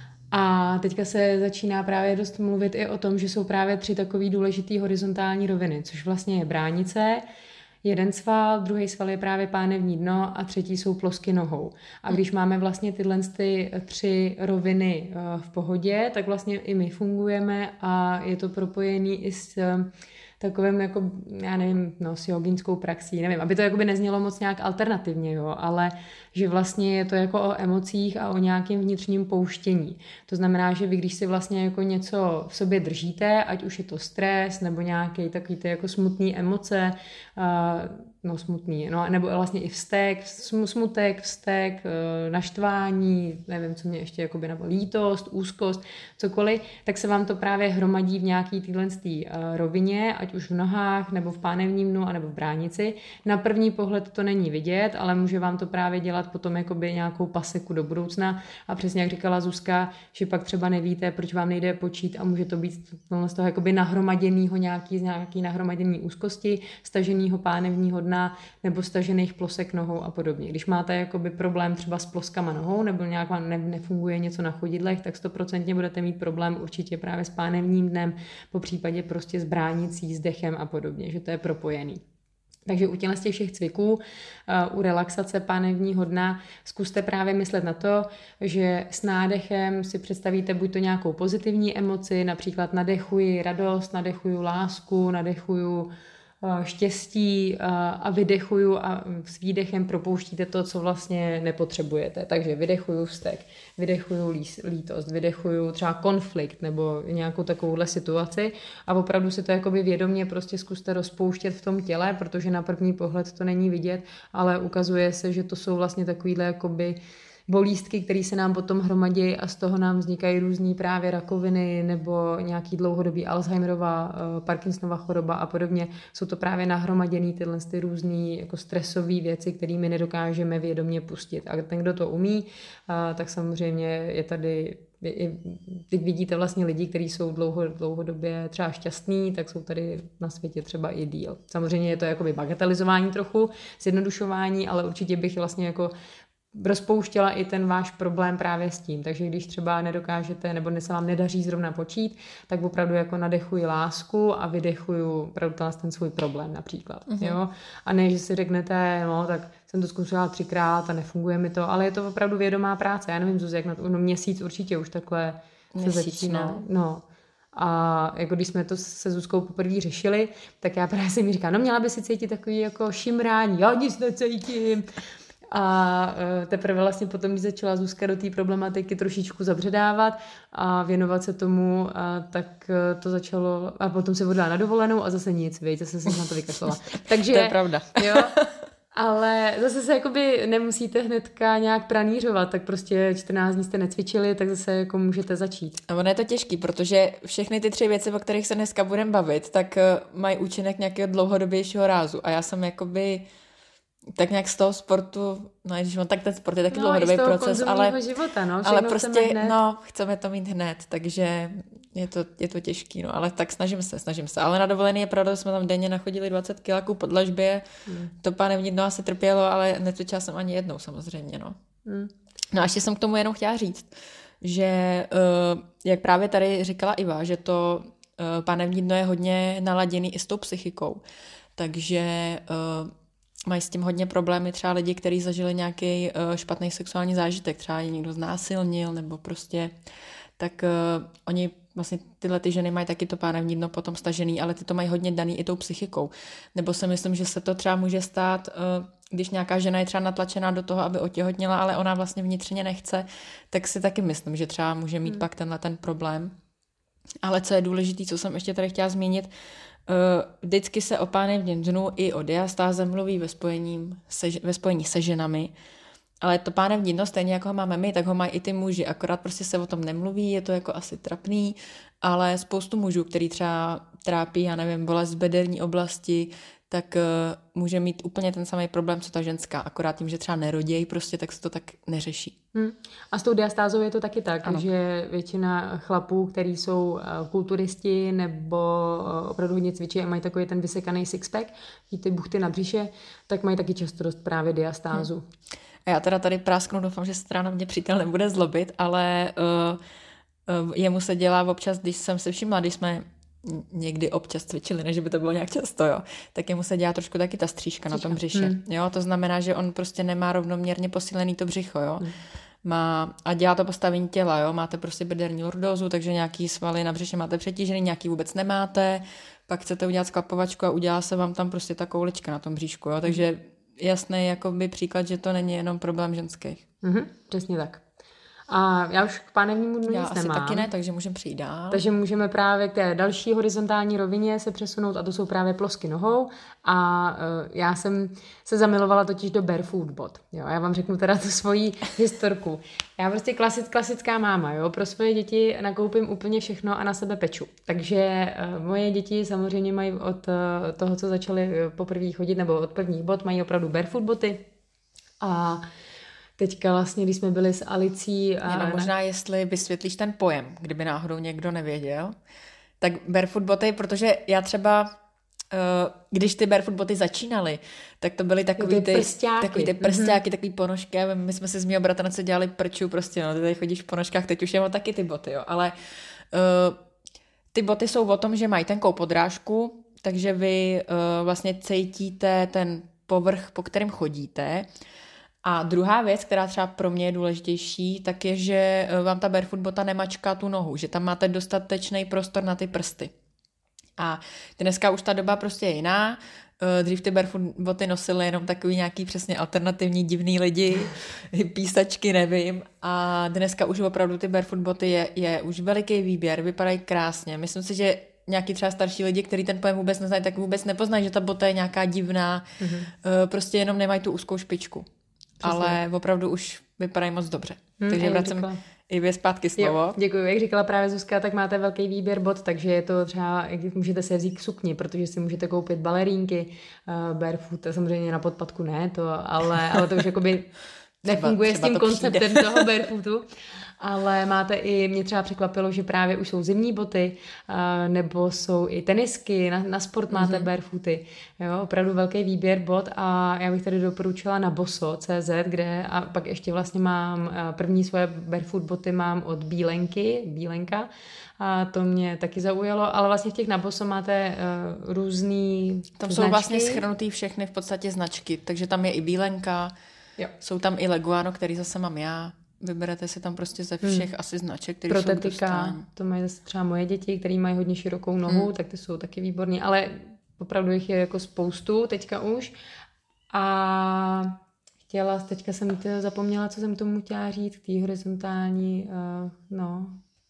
A teďka se začíná právě dost mluvit i o tom, že jsou právě tři takový důležitý horizontální roviny, což vlastně je bránice, jeden sval, druhý sval je právě pánevní dno a třetí jsou plosky nohou. A když máme vlastně tyhle ty tři roviny v pohodě, tak vlastně i my fungujeme a je to propojený i s takovým, jako, já nevím, no, s jogínskou praxí, nevím, aby to jakoby neznělo moc nějak alternativně, jo, ale že vlastně je to jako o emocích a o nějakém vnitřním pouštění. To znamená, že vy, když si vlastně jako něco v sobě držíte, ať už je to stres, nebo nějaký takový ty jako smutný emoce, uh, no smutný, no, nebo vlastně i vztek, smutek, vztek, naštvání, nevím, co mě ještě jakoby, nebo lítost, úzkost, cokoliv, tak se vám to právě hromadí v nějaký téhle rovině, ať už v nohách, nebo v pánevním dnu, nebo v bránici. Na první pohled to není vidět, ale může vám to právě dělat potom jakoby nějakou paseku do budoucna a přesně jak říkala Zuzka, že pak třeba nevíte, proč vám nejde počít a může to být z toho jakoby nahromaděnýho nějaký, nějaký nahromaděný úzkosti, staženýho pánevního dna, nebo stažených plosek nohou a podobně. Když máte jakoby problém třeba s ploskama nohou, nebo nějak vám ne, nefunguje něco na chodidlech, tak stoprocentně budete mít problém určitě právě s pánevním dnem, po případě prostě s bránicí, s dechem a podobně, že to je propojený. Takže u těchto těch všech cviků, u relaxace pánevního dna, zkuste právě myslet na to, že s nádechem si představíte buď to nějakou pozitivní emoci, například nadechuji radost, nadechuju lásku, nadechuju štěstí a vydechuju a s výdechem propouštíte to, co vlastně nepotřebujete. Takže vydechuju vztek, vydechuju lítost, vydechuju třeba konflikt nebo nějakou takovouhle situaci a opravdu si to jakoby vědomě prostě zkuste rozpouštět v tom těle, protože na první pohled to není vidět, ale ukazuje se, že to jsou vlastně takovýhle jakoby bolístky, které se nám potom hromadí a z toho nám vznikají různý právě rakoviny nebo nějaký dlouhodobý Alzheimerova, Parkinsonova choroba a podobně. Jsou to právě nahromaděný tyhle ty různý jako stresové věci, kterými nedokážeme vědomě pustit. A ten, kdo to umí, tak samozřejmě je tady, teď vidíte vlastně lidi, kteří jsou dlouho, dlouhodobě třeba šťastní, tak jsou tady na světě třeba i díl. Samozřejmě je to jakoby bagatelizování trochu, zjednodušování, ale určitě bych vlastně jako rozpouštěla i ten váš problém právě s tím. Takže když třeba nedokážete nebo se vám nedaří zrovna počít, tak opravdu jako nadechuji lásku a vydechuju opravdu ten svůj problém například. Uh-huh. Jo? A ne, že si řeknete, no tak jsem to zkusila třikrát a nefunguje mi to, ale je to opravdu vědomá práce. Já nevím, Zuzi, jak na to, no měsíc určitě už takhle se začíná. No. A jako když jsme to se Zuzkou poprvé řešili, tak já právě jsem mi říkala, no měla by si cítit takový jako šimrání, já nic necítím. A teprve vlastně potom, když začala Zuzka do té problematiky trošičku zabředávat a věnovat se tomu, a tak to začalo, a potom se oddala na dovolenou a zase nic, víc, zase jsem na to vykašlala. Takže, to je pravda. Jo, ale zase se jakoby nemusíte hnedka nějak pranířovat, tak prostě čtrnáct dní jste necvičili, tak zase jako můžete začít. A ono je to těžký, protože všechny ty tři věci, o kterých se dneska budeme bavit, tak mají účinek nějakého dlouhodobějšího rázu a já jsem jakoby tak nějak z toho sportu, no když on tak ten sport je taky no, dlouhodobý proces, ale, života, no, ale prostě, chceme no, chceme to mít hned, takže je to, je to těžký, no, ale tak snažím se, snažím se, ale na dovolený je pravda, jsme tam denně nachodili dvacet kiláků po dlažbě, hmm. to pánevní dno asi trpělo, ale netvičila jsem ani jednou samozřejmě, no. Hmm. No a ještě jsem k tomu jenom chtěla říct, že uh, jak právě tady říkala Iva, že to uh, pánevní dno je hodně naladěný i s tou psychikou, takže uh, mají s tím hodně problémy třeba lidi, kteří zažili nějaký uh, špatný sexuální zážitek, třeba je někdo znásilnil nebo prostě, tak uh, oni vlastně tyhle ty ženy mají taky to pánevní dno potom stažený, ale ty to mají hodně daný i tou psychikou. Nebo si myslím, že se to třeba může stát, uh, když nějaká žena je třeba natlačená do toho, aby otěhotněla, ale ona vlastně vnitřně nechce, tak si taky myslím, že třeba může mít hmm. pak tenhle ten problém. Ale co je důležité, co jsem ještě tady chtěla zmínit, vždycky se o pánevním dnu i o diastáze mluví ve spojení se, ve spojení se ženami, ale to pánevní dno, stejně jako ho máme my, tak ho mají i ty muži, akorát prostě se o tom nemluví, je to jako asi trapný, ale spoustu mužů, který třeba trápí, já nevím, bolest z bederní oblasti, tak uh, může mít úplně ten samý problém, co ta ženská, akorát tím, že třeba nerodějí prostě, tak se to tak neřeší. Hmm. A s tou diastázou je to taky tak, ano. že většina chlapů, který jsou uh, kulturisti nebo uh, opravdu hodně cvičí a mají takový ten vysekaný sixpack, ty buchty na břiše, tak mají taky často dost právě diastázu. Hmm. A já teda tady prásknu, doufám, že se teda na mě přítel nebude zlobit, ale uh, uh, jemu se dělá občas, když jsem si všimla, když jsme někdy občas cvičili, než by to bylo nějak často, jo, tak jemu se dělá trošku taky ta střížka, střížka. na tom břiše. Hmm. Jo, to znamená, že on prostě nemá rovnoměrně posílený to břicho, jo. Hmm. Má, a dělá to postavení těla, jo, máte prostě bederní lordózu, takže nějaký svaly na břiše máte přetížený, nějaký vůbec nemáte, pak chcete udělat sklapovačku a udělá se vám tam prostě ta koulička na tom bříšku, jo, takže jasný jakoby příklad, že to není jenom problém ženských. Mm-hmm, přesně tak. A já už k pánevnímu dnu já nic asi nemám. taky ne, takže můžeme přijít dál. Takže můžeme právě k té další horizontální rovině se přesunout a to jsou právě plosky nohou. A uh, já jsem se zamilovala totiž do barefoot bot. Jo, já vám řeknu teda tu svoji historku. Já prostě klasit, klasická máma, jo, pro svoje děti nakoupím úplně všechno a na sebe peču. Takže uh, moje děti samozřejmě mají od uh, toho, co začaly poprvé chodit, nebo od prvních bot, mají opravdu barefoot boty. A teďka vlastně, když jsme byli s Alicí... Jenom možná, jestli vysvětlíš ten pojem, kdyby náhodou někdo nevěděl. Tak barefoot boty, protože já třeba, když ty barefoot boty začínaly, tak to byly takový ty prstáky, takový ty prstáky, mm-hmm. takový ponožky. My jsme si s mýho bratrance dělali prču, prostě no, ty tady chodíš v ponožkách, teď už je taky ty boty, jo. Ale uh, ty boty jsou o tom, že mají tenkou podrážku, takže vy uh, vlastně cítíte ten povrch, po kterém chodíte. A druhá věc, která třeba pro mě je důležitější, tak je, že vám ta barefoot bota nemačká tu nohu, že tam máte dostatečný prostor na ty prsty. A dneska už ta doba prostě je jiná. Dřív ty barefoot boty nosily jenom takový nějaký přesně alternativní divný lidi, písačky, nevím. A dneska už opravdu ty barefoot boty je, je už veliký výběr, vypadají krásně. Myslím si, že nějaký třeba starší lidi, kteří ten pojem vůbec neznají, tak vůbec nepoznají, že ta bota je nějaká divná, mm-hmm. prostě jenom nemají tu úzkou špičku. Přesně. Ale opravdu už vypadají moc dobře. Hmm, takže vracím i vě zpátky slovo. Jo, děkuji. Jak říkala právě Zuzka, tak máte velký výběr bot, takže je to třeba, jak můžete se vzít k sukni, protože si můžete koupit balerínky, uh, barefoot, samozřejmě na podpatku ne, to, ale, ale to už jakoby nefunguje třeba, třeba s tím konceptem přijde. Toho barefootu. Ale máte i, mě třeba překvapilo, že právě už jsou zimní boty, nebo jsou i tenisky, na, na sport máte mm-hmm. barefooty. Jo, opravdu velký výběr bot a já bych tady doporučila na boso tečka cé zet, kde a pak ještě vlastně mám první svoje barefoot boty mám od Bílenky, Bílenka. A to mě taky zaujalo, ale vlastně v těch na boso máte uh, různý Tam značky. Jsou vlastně shrnutý všechny v podstatě značky, takže tam je i Bílenka, jo. Jsou tam i Leguano, který zase mám já. Vyberete si tam prostě ze všech hmm. asi značek, které jsou k dostání. To mají zase třeba moje děti, které mají hodně širokou nohu, hmm. tak ty jsou taky výborný, ale opravdu jich je jako spoustu teďka už. A chtěla, teďka jsem tě zapomněla, co jsem tomu chtěla říct, k té horizontální, uh, no...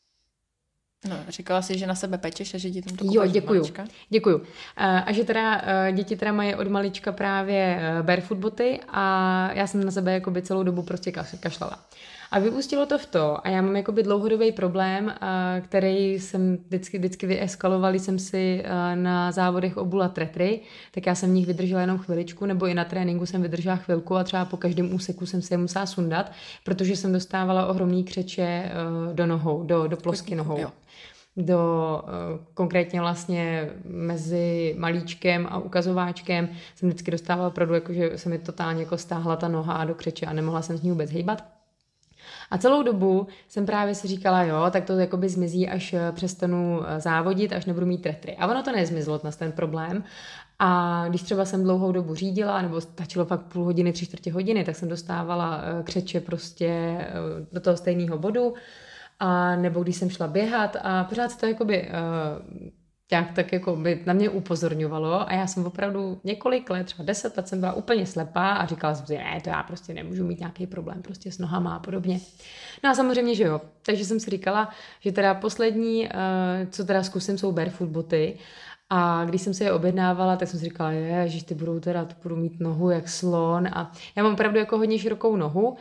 No, říkala jsi, že na sebe pečeš a že ti tam to Jo, děkuju, děkuju. A že teda děti teda mají od malička právě barefoot boty a já jsem na sebe jakoby celou dobu prostě kašlala. A vyústilo to v to, a já mám jakoby dlouhodobý problém, který jsem vždycky, vždycky vyeskaloval, jsem si na závodech obula tretry, tak já jsem v nich vydržela jenom chviličku, nebo i na tréninku jsem vydržela chvilku a třeba po každém úseku jsem si je musela sundat, protože jsem dostávala ohromný křeče do nohou, do, do plosky nohou. Jo. do konkrétně vlastně mezi malíčkem a ukazováčkem jsem vždycky dostávala opravdu, jako, že se mi totálně jako stáhla ta noha do křeče a nemohla jsem s ní vůbec hejbat. A celou dobu jsem právě si říkala, jo, tak to jakoby zmizí, až přestanu závodit, až nebudu mít tretry. A ono to nezmizlo, ten problém. A když třeba jsem dlouhou dobu řídila, nebo stačilo fakt půl hodiny, tři čtvrtě hodiny, tak jsem dostávala křeče prostě do toho stejného bodu. A nebo když jsem šla běhat a pořád se to jakoby uh, nějak tak jako by na mě upozorňovalo a já jsem opravdu několik let, třeba deset let jsem byla úplně slepá a říkala jsem si, ne, to já prostě nemůžu mít nějaký problém prostě s nohama a podobně. No a samozřejmě, že jo. Takže jsem si říkala, že teda poslední, uh, co teda zkusím, jsou barefoot boty. A když jsem se je objednávala, tak jsem si říkala, ježiš, ty budou teda, to budu mít nohu jak slon a já mám opravdu jako hodně širokou nohu.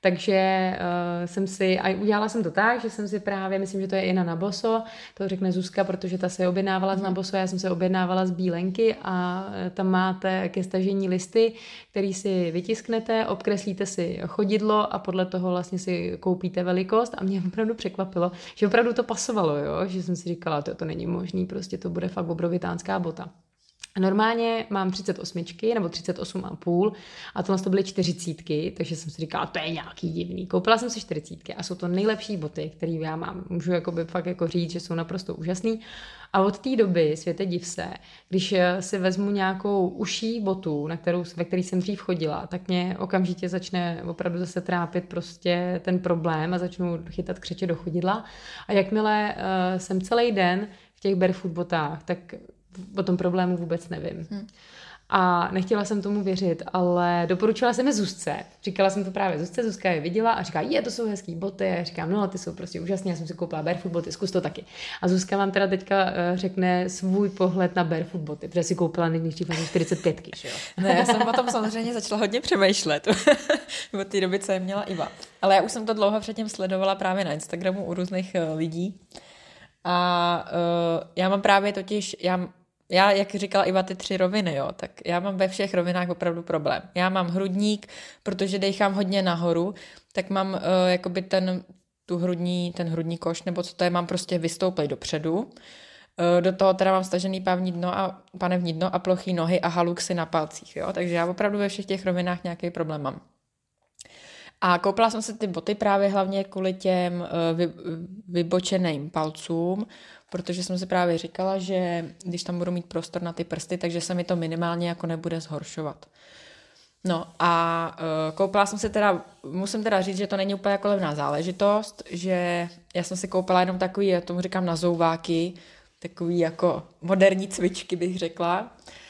Takže uh, jsem si, a udělala jsem to tak, že jsem si právě, myslím, že to je i na Naboso, to řekne Zuzka, protože ta se objednávala z Naboso, já jsem se objednávala z Bílenky a tam máte ke stažení listy, který si vytisknete, obkreslíte si chodidlo a podle toho vlastně si koupíte velikost a mě opravdu překvapilo, že opravdu to pasovalo, jo? Že jsem si říkala, to, to není možný, prostě to bude fakt obrovitánská bota. Normálně mám třicet osm nebo třicet osm a půl a tohle to byly čtyřicítky, takže jsem si říkala, to je nějaký divný. Koupila jsem si čtyřicítky a jsou to nejlepší boty, které já mám. Můžu jakoby fakt jako říct, že jsou naprosto úžasný. A od té doby, světe div se, když si vezmu nějakou uší botu, na kterou, ve který jsem dřív chodila, tak mě okamžitě začne opravdu zase trápit prostě ten problém a začnu chytat křeče do chodidla. A jakmile uh, jsem celý den v těch barefoot botách, tak o tom problému vůbec nevím. Hmm. A nechtěla jsem tomu věřit, ale doporučila jsem je Zuzce. Říkala jsem to právě Zuzce, Zuzka je viděla a říká, je, to jsou hezký boty. A já říkám, no, ty jsou prostě úžasné, já jsem si koupila barefoot boty, zkus to taky. A Zuzka vám teda teďka uh, řekne svůj pohled na barefoot boty, protože si koupila nejdřív asi čtyřicet pětky, že jo? Ne, já jsem o tom samozřejmě začala hodně přemýšlet. Od té doby, co je měla Iva. Ale já už jsem to dlouho předtím sledovala právě na Instagramu u různých uh, lidí. A uh, já mám právě totiž, já Já, jak říkala Iva, ty tři roviny, jo, tak já mám ve všech rovinách opravdu problém. Já mám hrudník, protože dejchám hodně nahoru, tak mám uh, jakoby ten, tu hrudní, ten hrudní koš, nebo co to je, mám prostě vystouplej dopředu. Uh, do toho teda mám stažený pávní dno a panevní dno a plochý nohy a haluxy na palcích, jo, takže já opravdu ve všech těch rovinách nějaký problém mám. A koupila jsem si ty boty právě hlavně kvůli těm uh, vy, vybočeným palcům, protože jsem si právě říkala, že když tam budu mít prostor na ty prsty, takže se mi to minimálně jako nebude zhoršovat. No a uh, koupila jsem si teda, musím teda říct, že to není úplně jako levná záležitost, že já jsem si koupila jenom takový, já tomu říkám na zouváky, takový jako moderní cvičky bych řekla.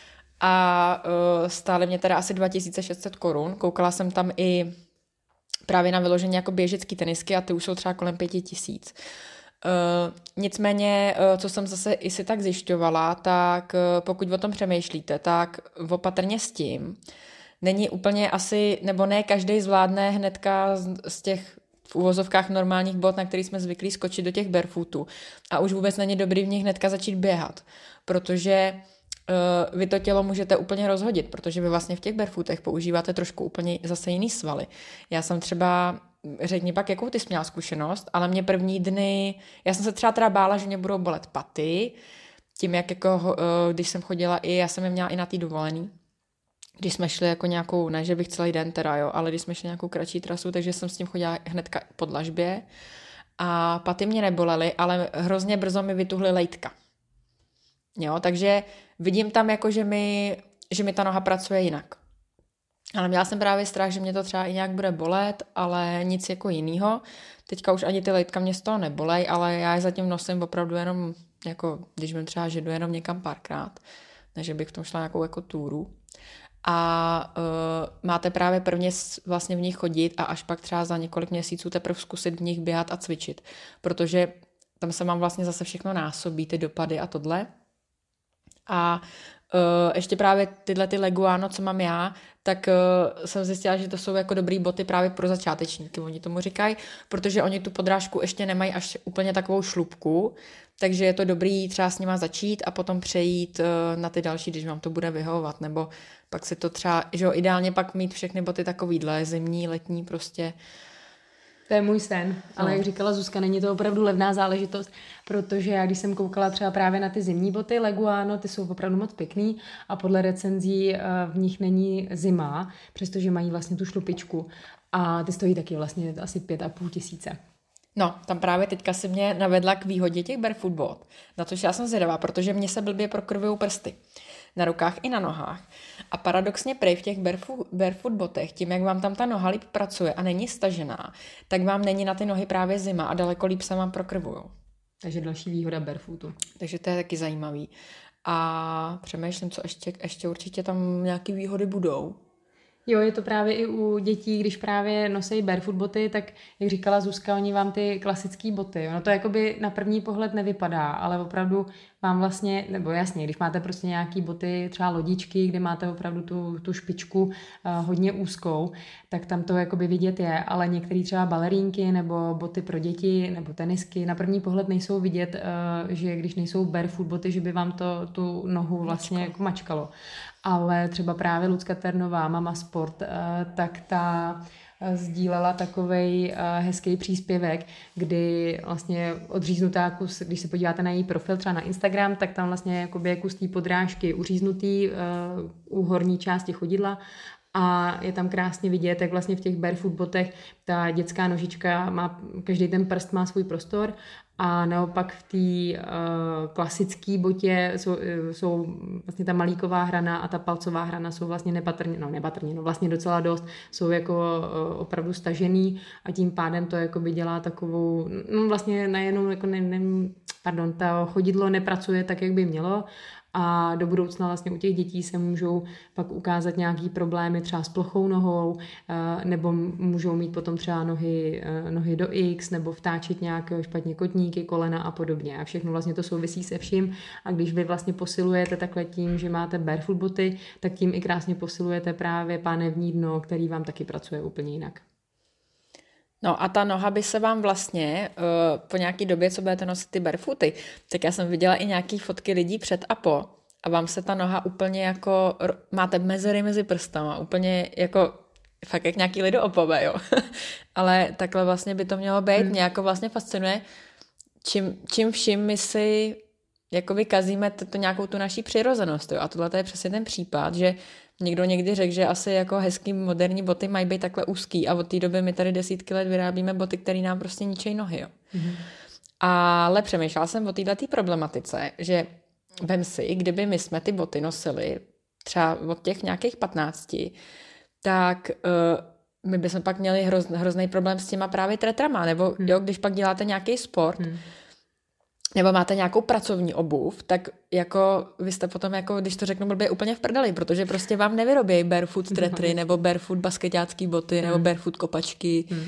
A uh, stály mě teda asi dva tisíce šest set korun. Koukala jsem tam i právě na vyložení jako běžecký tenisky a ty už jsou třeba kolem pěti tisíc. Uh, nicméně, uh, co jsem zase i si tak zjišťovala, tak uh, pokud o tom přemýšlíte, tak opatrně s tím. Není úplně asi, nebo ne každý zvládne hnedka z, z těch v uvozovkách normálních bot, na který jsme zvyklí skočit do těch barefootů. A už vůbec není dobrý v nich hnedka začít běhat, protože uh, vy to tělo můžete úplně rozhodit, protože vy vlastně v těch barefootech používáte trošku úplně zase jiný svaly. Já jsem třeba řekni pak, jakou ty jsi měla zkušenost, ale mě první dny, já jsem se třeba teda bála, že mě budou bolet paty, tím jak jako, když jsem chodila i, já jsem je měla i na té dovolený, když jsme šli jako nějakou, ne, že bych celý den teda, jo, ale když jsme šli nějakou kratší trasu, takže jsem s tím chodila hnedka po dlažbě a paty mě nebolely, ale hrozně brzo mi vytuhly lejtka. Jo, takže vidím tam jako, že mi, že mi ta noha pracuje jinak. Ale měla jsem právě strach, že mě to třeba i nějak bude bolet, ale nic jako jinýho. Teďka už ani ty lejtka mě z toho nebolej, ale já je zatím nosím opravdu jenom, jako když mi třeba žedu jenom někam párkrát, než bych v tom šla nějakou jako túru. A uh, máte právě prvně vlastně v nich chodit a až pak třeba za několik měsíců teprve zkusit v nich běhat a cvičit, protože tam se mám vlastně zase všechno násobí, ty dopady a tohle. A Uh, ještě právě tyhle ty Leguano, co mám já, tak uh, jsem zjistila, že to jsou jako dobrý boty právě pro začátečníky, oni tomu říkají, protože oni tu podrážku ještě nemají až úplně takovou šlupku, takže je to dobrý třeba s nima začít a potom přejít uh, na ty další, když vám to bude vyhovovat, nebo pak si to třeba, že jo, ideálně pak mít všechny boty takovýhle, zimní, letní prostě. To je můj sen, ale no. Jak říkala Zuzka, není to opravdu levná záležitost, protože já když jsem koukala třeba právě na ty zimní boty Leguano, ty jsou opravdu moc pěkný a podle recenzí v nich není zima, přestože mají vlastně tu šlupičku a ty stojí taky vlastně asi pět a půl tisíce. No, tam právě teďka si mě navedla k výhodě těch barefoot bot, na což já jsem zvědavá, protože mě se blbě prokrvujou prsty. Na rukách i na nohách. A paradoxně prej v těch barefoot, barefoot botech, tím, jak vám tam ta noha líp pracuje a není stažená, tak vám není na ty nohy právě zima a daleko líp se vám prokrvujou. Takže další výhoda barefootu. Takže to je taky zajímavý. A přemýšlím, co ještě, ještě určitě tam nějaké výhody budou. Jo, je to právě i u dětí, když právě nosí barefoot boty, tak jak říkala Zuzka, oni vám ty klasické boty, ono to jakoby na první pohled nevypadá, ale opravdu vám vlastně, nebo jasně, když máte prostě nějaký boty, třeba lodičky, kde máte opravdu tu, tu špičku uh, hodně úzkou, tak tam to jakoby vidět je, ale některé třeba balerínky nebo boty pro děti nebo tenisky na první pohled nejsou vidět, uh, že když nejsou barefoot boty, že by vám to tu nohu vlastně Mačkalo. jako mačkalo. Ale třeba právě Lucka Ternová, Mama Sport, tak ta sdílela takovej hezký příspěvek, kdy vlastně odříznutá kus, když se podíváte na její profil třeba na Instagram, tak tam vlastně jakoby je kus té podrážky uříznutý u horní části chodidla a je tam krásně vidět, jak vlastně v těch barefoot botech ta dětská nožička má, každý ten prst má svůj prostor a naopak v té uh, klasické botě jsou, jsou vlastně ta malíková hrana a ta palcová hrana jsou vlastně nepatrně, no nepatrně, no vlastně docela dost, jsou jako uh, opravdu stažený a tím pádem to jako by dělá takovou, no vlastně najednou jako ne, ne, pardon, to chodidlo nepracuje tak, jak by mělo. A do budoucna vlastně u těch dětí se můžou pak ukázat nějaký problémy třeba s plochou nohou, nebo můžou mít potom třeba nohy, nohy do X, nebo vtáčet nějak špatně kotníky, kolena a podobně. A všechno vlastně to souvisí se vším. A když vy vlastně posilujete takhle tím, že máte barefoot boty, tak tím i krásně posilujete právě pánevní dno, který vám taky pracuje úplně jinak. No a ta noha by se vám vlastně uh, po nějaký době, co budete nosit ty barefooty, tak já jsem viděla i nějaký fotky lidí před a po a vám se ta noha úplně jako, máte mezery mezi prstama, úplně jako fakt jak nějaký lidoopové, jo. Ale takhle vlastně by to mělo být. Hmm. Mě jako vlastně fascinuje, čím, čím vším my si jako vykazíme to, to nějakou tu naší přirozenost, jo. A tohle je přesně ten případ, že někdo někdy řekl, že asi jako hezký moderní boty mají být takhle úzký a od té doby my tady desítky let vyrábíme boty, které nám prostě ničejí nohy. Jo. Mm-hmm. Ale přemýšlela jsem o této problematice, že vem si, kdyby my jsme ty boty nosili třeba od těch nějakých patnácti, tak uh, my bychom pak měli hroz, hrozný problém s těma právě tretrama, nebo mm. jo, když pak děláte nějaký sport, mm. nebo máte nějakou pracovní obuv, tak jako vy jste potom, jako, když to řeknu blbě, úplně v prdeli, protože prostě vám nevyrobějí barefoot tretry, nebo barefoot basketácký boty, hmm. nebo barefoot kopačky. Hmm.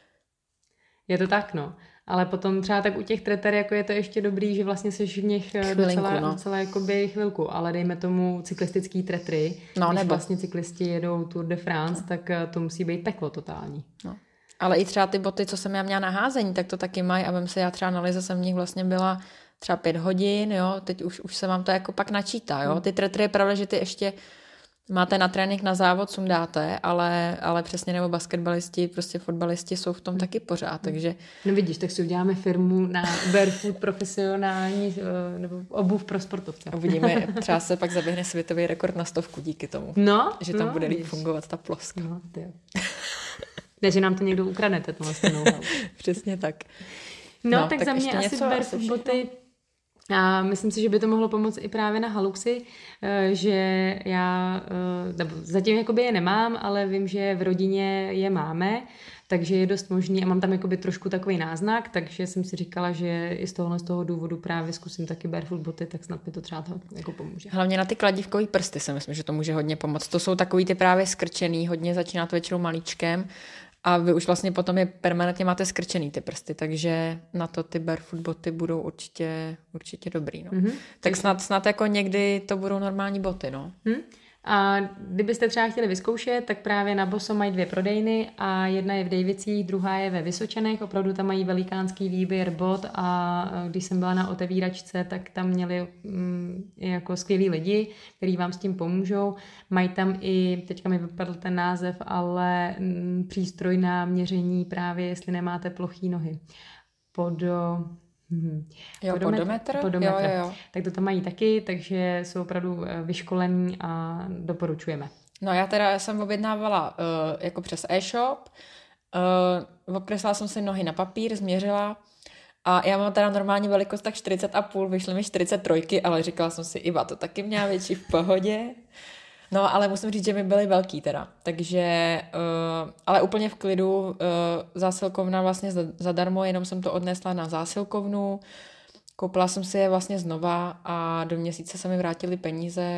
Je to tak, no. Ale potom třeba tak u těch treter, jako je to ještě dobrý, že vlastně seš v nich Chvilinku, docela, no. docela jakoby chvilku, ale dejme tomu cyklistický tretry, no, když nebo. vlastně cyklisti jedou Tour de France, no. tak to musí být peklo totální. No. Ale i třeba ty boty, co jsem já měla na házení, tak to taky mají a vem se, já třeba na lize jsem v nich vlastně byla třeba pět hodin, jo, teď už, už se vám to jako pak načítá, jo. Ty tretry je pravda, že ty ještě máte na trénink, na závod, sundáte, ale, ale přesně nebo basketbalisti, prostě fotbalisti jsou v tom taky pořád, takže... No vidíš, tak si uděláme firmu na barefoot profesionální nebo obuv pro sportovce. Uvidíme, třeba se pak zaběhne světový rekord na stovku díky tomu, no, že tam no, bude líp fungovat ta ploska. No, ne, že nám to někdo ukradnete, to vlastně Přesně tak. No, no tak, tak za mě asi barefoot boty. A myslím si, že by to mohlo pomoct i právě na haluxy, že já nebo zatím jakoby je nemám, ale vím, že v rodině je máme, takže je dost možný a mám tam jakoby trošku takový náznak, takže jsem si říkala, že i z tohohle z toho důvodu právě zkusím taky barefoot boty, tak snad mi to třeba to jako pomůže. Hlavně na ty kladívkový prsty si myslím, že to může hodně pomoct. To jsou takový ty právě skrčený, hodně začíná to většinou malíčkem. A vy už vlastně potom je permanentně máte skrčený ty prsty, takže na to ty barefoot boty budou určitě, určitě dobrý. No. Mm-hmm. Tak snad, snad jako někdy to budou normální boty. No. Mm. A kdybyste třeba chtěli vyzkoušet, tak právě na Boso mají dvě prodejny a jedna je v Dejvicích, druhá je ve Vysočanech, opravdu tam mají velikánský výběr bot a když jsem byla na otevíračce, tak tam měli mm, jako skvělí lidi, kteří vám s tím pomůžou. Mají tam i, teďka mi vypadl ten název, ale mm, přístroj na měření právě, jestli nemáte plochý nohy. Podo... Hmm. Jo, podometr? Podometr. Jo, jo, jo. Tak to tam mají taky, takže jsou opravdu vyškolení a doporučujeme. No já teda jsem objednávala uh, jako přes e-shop, uh, okreslila jsem si nohy na papír, změřila a já mám teda normální velikost tak čtyřicet a půl, vyšly mi čtyřicet tři, ale říkala jsem si, Iva, to taky měla větší v pohodě. No, ale musím říct, že mi byly velký teda, takže, uh, ale úplně v klidu, uh, zásilkovna vlastně zadarmo, jenom jsem to odnesla na zásilkovnu, koupila jsem si je vlastně znova a do měsíce se mi vrátily peníze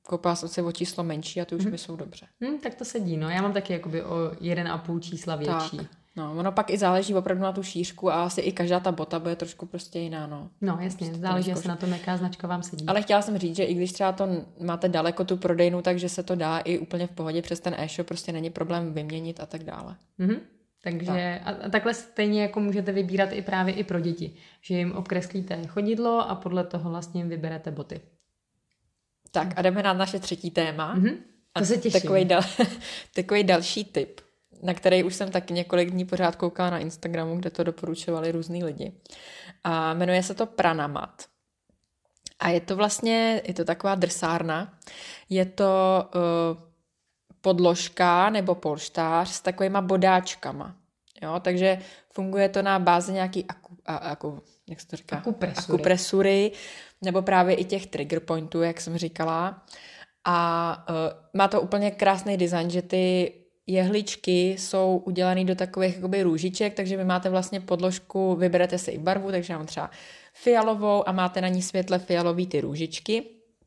koupila jsem si o číslo menší a ty už Mhm. mi jsou dobře. Hm, tak to sedí, no. Já mám taky jakoby o jeden a půl čísla větší. Tak. No, ono pak i záleží opravdu na tu šířku a asi i každá ta bota bude trošku prostě jiná, no. No, jasně, Prostě to záleží nezkouš- asi na tom, jaká značka vám sedí. Ale chtěla jsem říct, že i když třeba to máte daleko tu prodejnu, takže se to dá i úplně v pohodě přes ten e-shop, prostě není problém vyměnit a tak dále. Mhm. Takže a, a takhle stejně jako můžete vybírat i právě i pro děti, že jim obkreslíte chodidlo a podle toho vlastně jim vyberete boty. Tak a jdeme na naše třetí téma. Mhm. To se těším. Takový, dal, takový další tip, na který už jsem taky několik dní pořád koukala na Instagramu, kde to doporučovali různý lidi. A jmenuje se to Pranamat. A je to vlastně, je to taková drsárna. Je to uh, podložka nebo polštář s takovýma bodáčkama. Jo, takže funguje to na bázi nějaký aku, a, aku, jak se to říká? Akupresury. Akupresury, nebo právě i těch trigger pointů, jak jsem říkala. A uh, má to úplně krásný design, že ty jehličky jsou udělané do takových jakoby růžiček, takže vy máte vlastně podložku, vyberete si i barvu, takže mám třeba fialovou a máte na ní světle fialový ty růžičky.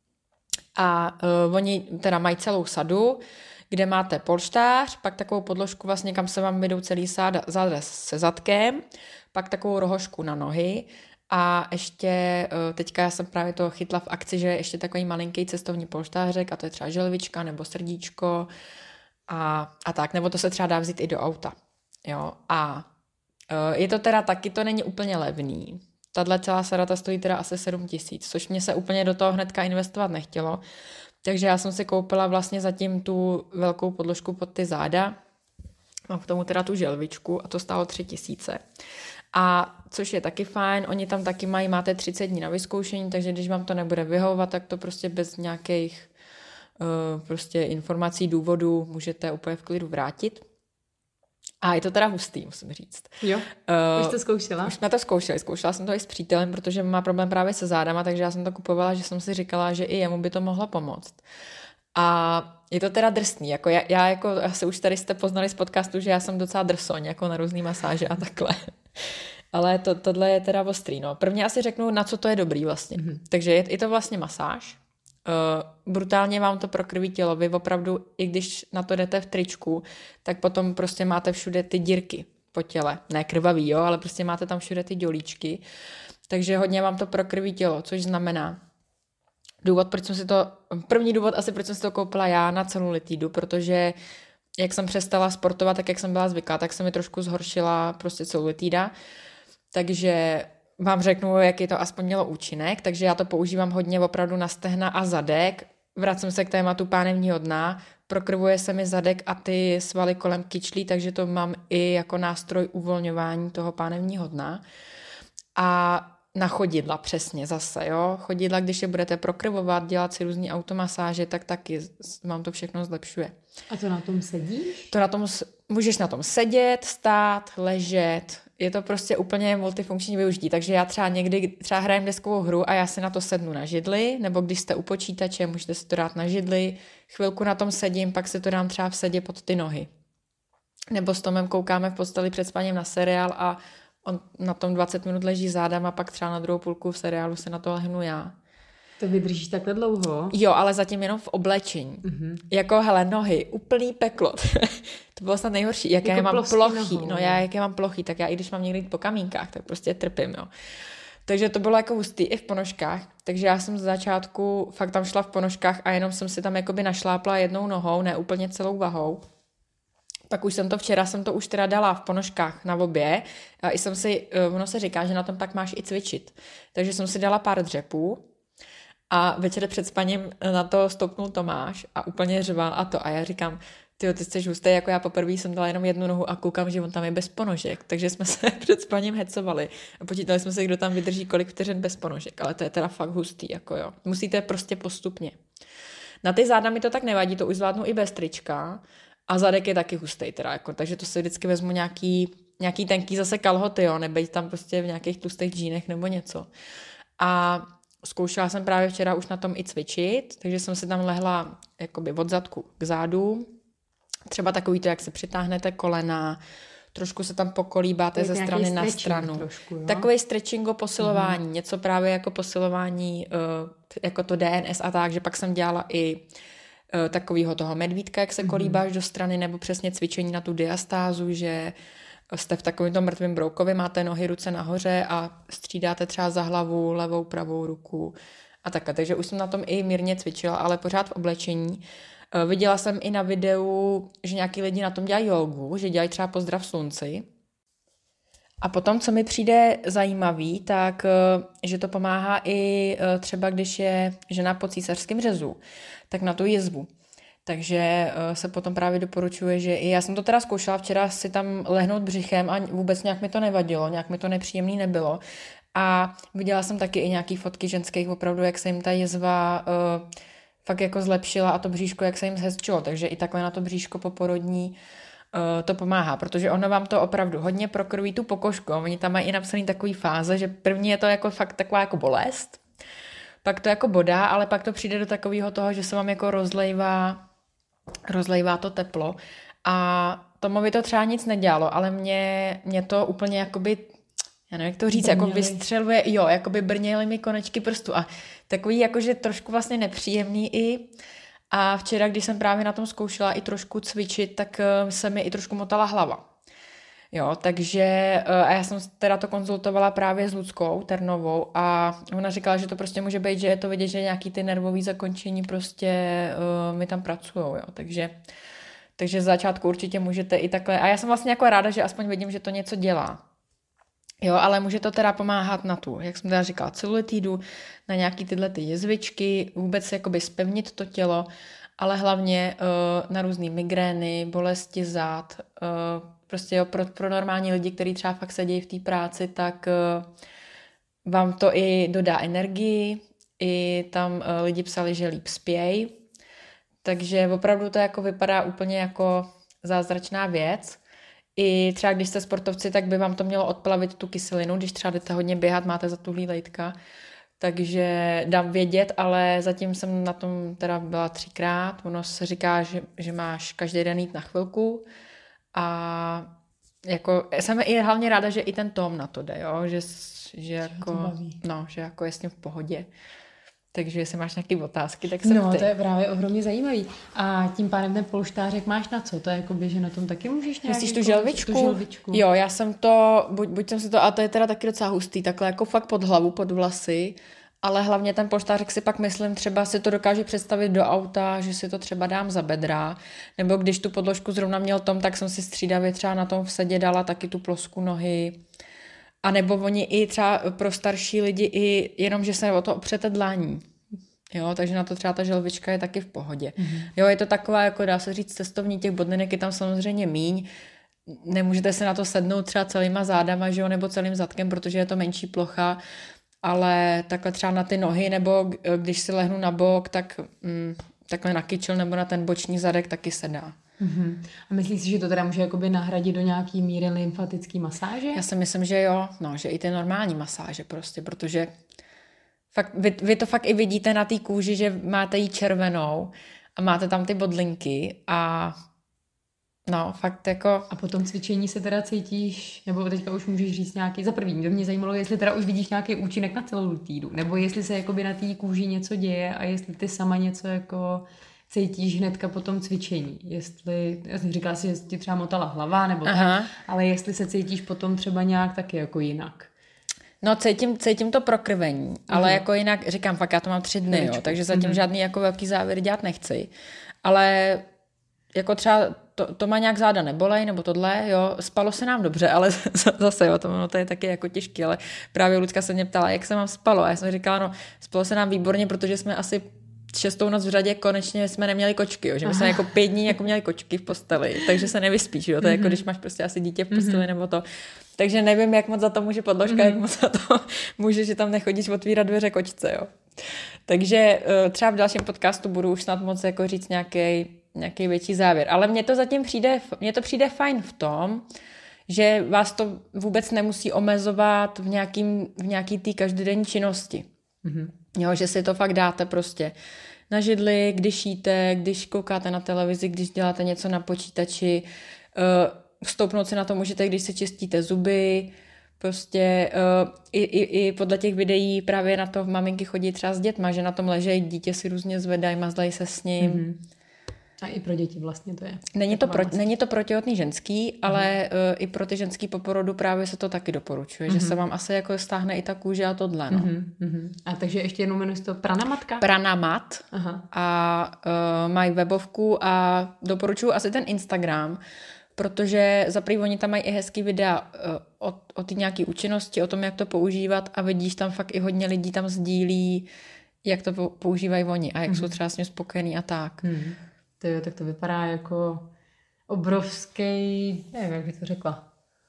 A uh, oni teda mají celou sadu, kde máte polštář, pak takovou podložku vlastně, kam se vám vydou celý záda, záda se zadkem, pak takovou rohošku na nohy a ještě, teďka já jsem právě to chytla v akci, že je ještě takový malinký cestovní polštářek a to je třeba želvička nebo srdíčko a, a tak, nebo to se třeba dá vzít i do auta. Jo? A je to teda taky, to není úplně levný. Tahle celá sada stojí teda asi sedm tisíc, což mě se úplně do toho hnedka investovat nechtělo. Takže já jsem si koupila vlastně zatím tu velkou podložku pod ty záda. Mám k tomu teda tu želvičku a to stálo tři tisíce. A což je taky fajn, oni tam taky mají, máte třicet dní na vyzkoušení, takže když vám to nebude vyhovovat, tak to prostě bez nějakých uh, prostě informací, důvodů můžete úplně v klidu vrátit. A je to teda hustý, musím říct. Jo, uh, už to zkoušela? Už jsme to zkoušeli, zkoušela jsem to i s přítelem, protože má problém právě se zádama, takže já jsem to kupovala, že jsem si říkala, že i jemu by to mohlo pomoct. A je to teda drsný, jako já, já jako, asi už tady jste poznali z podcastu, že já jsem docela drsoň, jako na různý masáže a takhle. Ale to, tohle je teda ostrý, no. Prvně asi řeknu, na co to je dobrý vlastně. Mm-hmm. Takže je, je to vlastně masáž. Uh, brutálně vám to prokrví tělo. Vy opravdu, i když na to jdete v tričku, tak potom prostě máte všude ty dírky po těle. Ne krvavý, jo, ale prostě máte tam všude ty dělíčky. Takže hodně vám to prokrví tělo, což znamená, důvod, proč jsem si to, první důvod asi, proč jsem si to koupila já na celulitidu, protože jak jsem přestala sportovat, tak jak jsem byla zvyklá, tak se mi trošku zhoršila prostě celulitida. Takže vám řeknu, jaký to aspoň mělo účinek, takže já to používám hodně opravdu na stehna a zadek. Vracím se k tématu pánevního dna, prokrvuje se mi zadek a ty svaly kolem kyčlí, takže to mám i jako nástroj uvolňování toho pánevního dna. A na chodidla přesně zase, jo. Chodidla, když je budete prokrvovat, dělat si různý automasáže, tak taky vám to všechno zlepšuje. A to na tom sedíš? To na tom, můžeš na tom sedět, stát, ležet, je to prostě úplně multifunkční využití, takže já třeba někdy třeba hrajem deskovou hru a já si na to sednu na židli, nebo když jste u počítače, můžete si to dát na židli, chvilku na tom sedím, pak si to dám třeba v sedě pod ty nohy. Nebo s Tomem koukáme v posteli před spaním na seriál a on na tom dvacet minut leží zádama, pak třeba na druhou půlku v seriálu se na to lehnu já. To vydržíš takhle dlouho? Jo, ale zatím jenom v oblečení. Mm-hmm. Jako, hele, nohy, úplný peklo. To bylo snad nejhorší. Jak jako já mám plochý, nohou. No já jak já mám plochý, tak já i když mám někdy po kamínkách, tak prostě trpím, jo. Takže to bylo jako hustý i v ponožkách. Takže já jsem z začátku fakt tam šla v ponožkách a jenom jsem si tam jakoby našlápla jednou nohou, ne úplně celou vahou. Pak už jsem to včera, jsem to už teda dala v ponožkách na obě a i jsem si, ono se říká, že na tom pak máš i cvičit. Takže jsem si dala pár dřepů a večer před spaním na to stopnul Tomáš a úplně řval a to. A já říkám, tyjo, ty jsi hustý, jako já poprvé jsem dala jenom jednu nohu a koukám, že on tam je bez ponožek. Takže jsme se před spaním hecovali a počítali jsme se, kdo tam vydrží kolik vteřin bez ponožek. Ale to je teda fakt hustý, jako jo. Musíte prostě postupně. Na ty záda mi to tak nevadí, to už zvládnu i bez trička. A zadek je taky hustý teda, jako, takže to si vždycky vezmu nějaký, nějaký tenký zase kalhoty, jo, nebejt tam prostě v nějakých tlustých džínech nebo něco. A zkoušela jsem právě včera už na tom i cvičit, takže jsem si tam lehla jakoby od zadku k zádu. Třeba takový to, jak se přitáhnete kolena, trošku se tam pokolíbáte ze strany na stranu. Trošku, Takový stretchingo posilování, mm. něco právě jako posilování, jako to D N S a tak, že pak jsem dělala i takovýho toho medvídka, jak se mm. kolíbáš do strany, nebo přesně cvičení na tu diastázu, že jste v takovém tom mrtvém broukovi, máte nohy, ruce nahoře a střídáte třeba za hlavu, levou, pravou ruku a takhle. Takže už jsem na tom i mírně cvičila, ale pořád v oblečení. Viděla jsem i na videu, že nějaký lidi na tom dělají jógu, že dělají třeba pozdrav slunci. A potom, co mi přijde zajímavý, tak že to pomáhá i třeba, když je žena po císařském řezu, tak na tu jizvu. Takže se potom právě doporučuje, že i já jsem to teda zkoušela včera si tam lehnout břichem a vůbec nějak mi to nevadilo, nějak mi to nepříjemný nebylo. A viděla jsem taky i nějaký fotky ženských opravdu, jak se jim ta jizva uh, fakt jako zlepšila a to bříško, jak se jim zhezčilo. Takže i takhle na to bříško poporodní uh, to pomáhá, protože ono vám to opravdu hodně prokrví tu pokožku. Oni tam mají i napsaný takový fáze, že první je to jako fakt taková jako bolest, pak to jako bodá, ale pak to přijde do takového toho, že se vám jako rozlejvá rozlejvá to teplo a tomu by to třeba nic nedělalo, ale mě, mě to úplně jakoby, já nevím, jak to říct, brněli. Jako vystřeluje, jo, jakoby brněly mi konečky prstu a takový jakože trošku vlastně nepříjemný i a včera, když jsem právě na tom zkoušela i trošku cvičit, tak se mi i trošku motala hlava. Jo, takže a já jsem teda to konzultovala právě s Luckou Ternovou a ona říkala, že to prostě může být, že je to vidět, že nějaký ty nervový zakončení prostě uh, mi tam pracujou, jo, takže takže z začátku určitě můžete i takhle, a já jsem vlastně jako ráda, že aspoň vidím, že to něco dělá. Jo, ale může to teda pomáhat na tu, jak jsem teda říkala, celulitidu, na nějaký tyhle ty jizvičky, vůbec jakoby zpevnit to tělo, ale hlavně uh, na různý migrény, bolesti zad, uh, prostě jo, pro, pro normální lidi, kteří třeba fakt sedí v té práci, tak uh, vám to i dodá energii, i tam uh, lidi psali, že líp spějí, takže opravdu to jako vypadá úplně jako zázračná věc. I třeba když jste sportovci, tak by vám to mělo odplavit tu kyselinu, když třeba jdete hodně běhat, máte zatuhlý lejtka, takže dám vědět, ale zatím jsem na tom teda byla třikrát, ono se říká, že, že máš každý den jít na chvilku a jako jsem i hlavně ráda, že i ten Tom na to jde, jo? Že, že, jako, no, že jako je s tím v pohodě. Takže jestli máš nějaké otázky, tak jsem No, ty. to je právě ohromně zajímavý. A tím pádem ten polštářek máš na co? To je jako by, že na tom taky můžeš nějak... Myslíš tu jako, želvičku? tu želvičku? Jo, já jsem to, buď, buď jsem si to, a to je teda taky docela hustý, takhle jako fakt pod hlavu, pod vlasy, ale hlavně ten polštářek si pak myslím, třeba si to dokáže představit do auta, že si to třeba dám za bedra, nebo když tu podložku zrovna měl Tom, tak jsem si střídavě třeba na tom v sedě dala taky tu plosku nohy. A nebo oni i třeba pro starší lidi i jenom, že se o to opřete dlaní. Jo, takže na to třeba ta želvička je taky v pohodě. Mm-hmm. Jo, je to taková, jako dá se říct, cestovní, těch bodlinek je tam samozřejmě míň. Nemůžete se na to sednout třeba celýma zádama, že jo, nebo celým zadkem, protože je to menší plocha, ale takhle třeba na ty nohy, nebo když si lehnu na bok, tak mm, takhle na kyčel nebo na ten boční zadek taky se dá. Mm-hmm. A myslíš si, že to teda může jakoby nahradit do nějaký míry lymfatický masáže? Já si myslím, že jo, no, že i ty normální masáže prostě, protože fakt, vy, vy to fakt i vidíte na té kůži, že máte jí červenou a máte tam ty bodlinky a no, fakt jako... A po tom cvičení se teda cítíš, nebo teďka už můžeš říct nějaký, za první, to mě zajímalo, jestli teda už vidíš nějaký účinek na celulitidu, nebo jestli se jakoby na té kůži něco děje a jestli ty sama něco jako cítíš hnedka po tom cvičení. Jestli, já jsem říkala si, jestli ti třeba motala hlava, nebo tak, ale jestli se cítíš potom třeba nějak taky jako jinak. No cítím, cítím to prokrvení, ale mm. jako jinak, říkám, fakt já to mám tři dny, jo, takže zatím mm. žádný jako velký závěr dělat nechci. Ale jako třeba to, to má nějak záda nebolej, nebo tohle, jo, spalo se nám dobře, ale zase, jo, to, no, to je taky jako těžké, ale právě Lucka se mě ptala, jak se vám spalo, a já jsem říkala, no, spalo se nám výborně, protože jsme asi šestou noc v řadě konečně jsme neměli kočky, jo, že my Aha. jsme jako pět dní jako měli kočky v posteli, takže se nevyspíš, jo, to je mm-hmm. jako když máš prostě asi dítě v posteli mm-hmm. nebo to. Takže nevím, jak moc za to může podložka, mm-hmm. jak moc za to může, že tam nechodíš otvírat dveře kočce, jo. Takže třeba v dalším podcastu budu už snad moc jako říct nějaký nějaký větší závěr. Ale mně to zatím přijde, mně to přijde fajn v tom, že vás to vůbec nemusí omezovat v nějakým, v nějaký té každodenní činnosti. Mm-hmm. Jo, že si to fakt dáte prostě na židli, když jíte, když koukáte na televizi, když děláte něco na počítači, stoupnout si na to můžete, když se čistíte zuby, prostě uh, i, i, i podle těch videí právě na to maminky chodí třeba s dětma, že na tom ležejí, dítě si různě zvedají, mazlají se s ním. Mm-hmm. A i pro děti vlastně to je. Není to, pro, není to pro těhotný ženský, mm-hmm. ale uh, i pro ty ženský po porodu právě se to taky doporučuje, mm-hmm. že se vám asi jako stáhne i ta kůže a tohle, no. Mm-hmm. A takže ještě jednou jmenuje to Pranamatka? Pranamat. Aha. A uh, mají webovku a doporučuji asi ten Instagram, protože za prý oni tam mají i hezký videa uh, o, o ty nějaký účinnosti, o tom, jak to používat a vidíš tam fakt i hodně lidí tam sdílí, jak to používají oni a jak mm-hmm. jsou třeba s ním spokojení a tak. Mm-hmm. To jo, tak to vypadá jako obrovský, nevím, jak bych to řekla,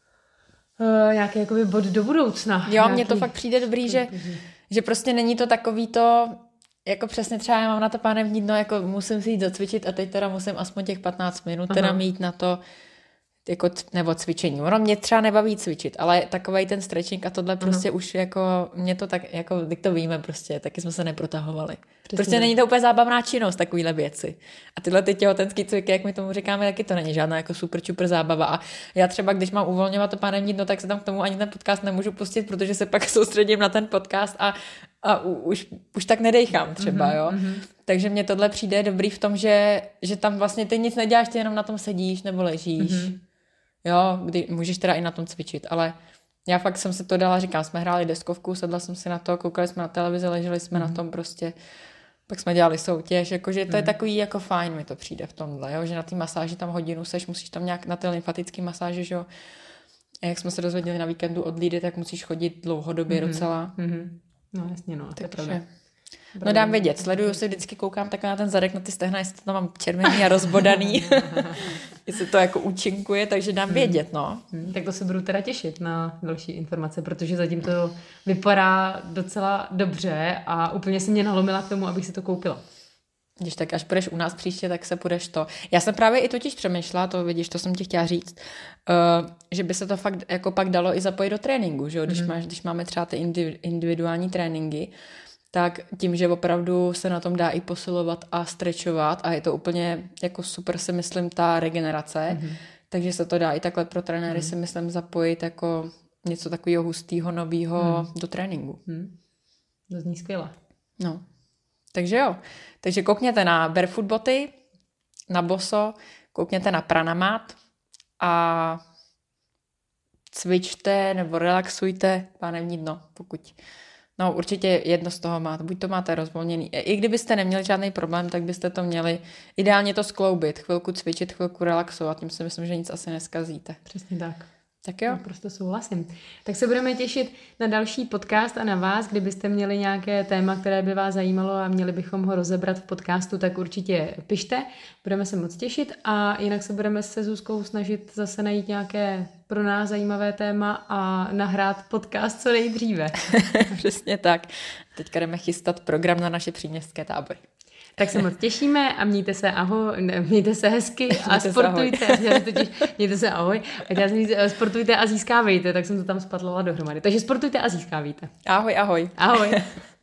uh, nějaký jakoby bod do budoucna. Jo, nějaký... mně to fakt přijde dobrý, že, že prostě není to takový to, jako přesně třeba já mám na to pánevní dno, jako musím si jít zacvičit a teď teda musím aspoň těch patnáct minut teda Aha. mít na to, jako, nebo cvičení. Ono mě třeba nebaví cvičit, ale takovej ten stretching a tohle prostě uh-huh. už jako, mě to tak, jako, teď to víme prostě, taky jsme se neprotahovali. Přesně prostě tak. Není to úplně zábavná činnost, takovýhle věci. A tyhle ty těhotenský cviky, jak my tomu říkáme, taky to není žádná jako super čupr zábava. A já třeba, když mám uvolňovat to pánevní dno, tak se tam k tomu ani ten podcast nemůžu pustit, protože se pak soustředím na ten podcast a, a u, už, už tak nedejchám třeba, uh-huh, jo. Uh-huh. Takže mně tohle přijde dobrý v tom, že, že tam vlastně ty nic neděláš, ty jenom na tom sedíš nebo ležíš. Uh-huh. Jo, kdy můžeš teda i na tom cvičit, ale já fakt jsem se to dala, říkám, jsme hráli deskovku, sedla jsem si na to, koukali jsme na televizi, leželi jsme mm. na tom prostě, pak jsme dělali soutěž, jakože to mm. je takový jako fajn, mi to přijde v tomhle, jo, že na té masáži tam hodinu seš, musíš tam nějak na ty lymfatické masáže, že jo, a jak jsme se dozvěděli na víkendu od Lídy, tak musíš chodit dlouhodobě mm. docela. Mm. No jasně, no, to je pravda. No dám vědět, sleduju se, vždycky koukám takhle na ten zadek, na ty stehna, jestli to tam mám červený a rozbodaný, jestli to jako účinkuje, takže dám vědět, no. Hmm. Tak to se budu teda těšit na další informace, protože zatím to vypadá docela dobře a úplně se mě nalomila k tomu, abych si to koupila. Když tak až půjdeš u nás příště, tak se půjdeš to. Já jsem právě i totiž přemýšlela, to vidíš, to jsem ti chtěla říct, uh, že by se to fakt jako pak dalo i zapojit do tréninku, že jo, když, mm. máš, když máme třeba ty individuální tréninky, tak tím, že opravdu se na tom dá i posilovat a stretchovat a je to úplně jako super, si myslím, ta regenerace, mm-hmm. takže se to dá i takhle pro trenéry, mm. si myslím, zapojit jako něco takového hustého, nového mm. do tréninku. Mm. To zní skvěle. No, takže jo. Takže koukněte na barefoot boty, na boso, koukněte na pranamat a cvičte nebo relaxujte pánevní dno, pokud... No určitě jedno z toho máte, buď to máte rozvolněný. I kdybyste neměli žádný problém, tak byste to měli ideálně to skloubit, chvilku cvičit, chvilku relaxovat, tím si myslím, že nic asi neskazíte. Přesně tak. Tak jo. Naprosto souhlasím. Tak se budeme těšit na další podcast a na vás, kdybyste měli nějaké téma, které by vás zajímalo a měli bychom ho rozebrat v podcastu, tak určitě pište. Budeme se moc těšit a jinak se budeme se Zuzkou snažit zase najít nějaké pro nás zajímavé téma a nahrát podcast co nejdříve. Přesně tak. Teďka jdeme chystat program na naše příměstské tábory. Tak se moc těšíme a mějte se ahoj, ne, mějte se hezky a mějte sportujte. Se totiž, mějte se ahoj. A já jsem říct, sportujte a získávejte, tak jsem to tam spatlala dohromady. Takže sportujte a získávejte. Ahoj, ahoj. Ahoj.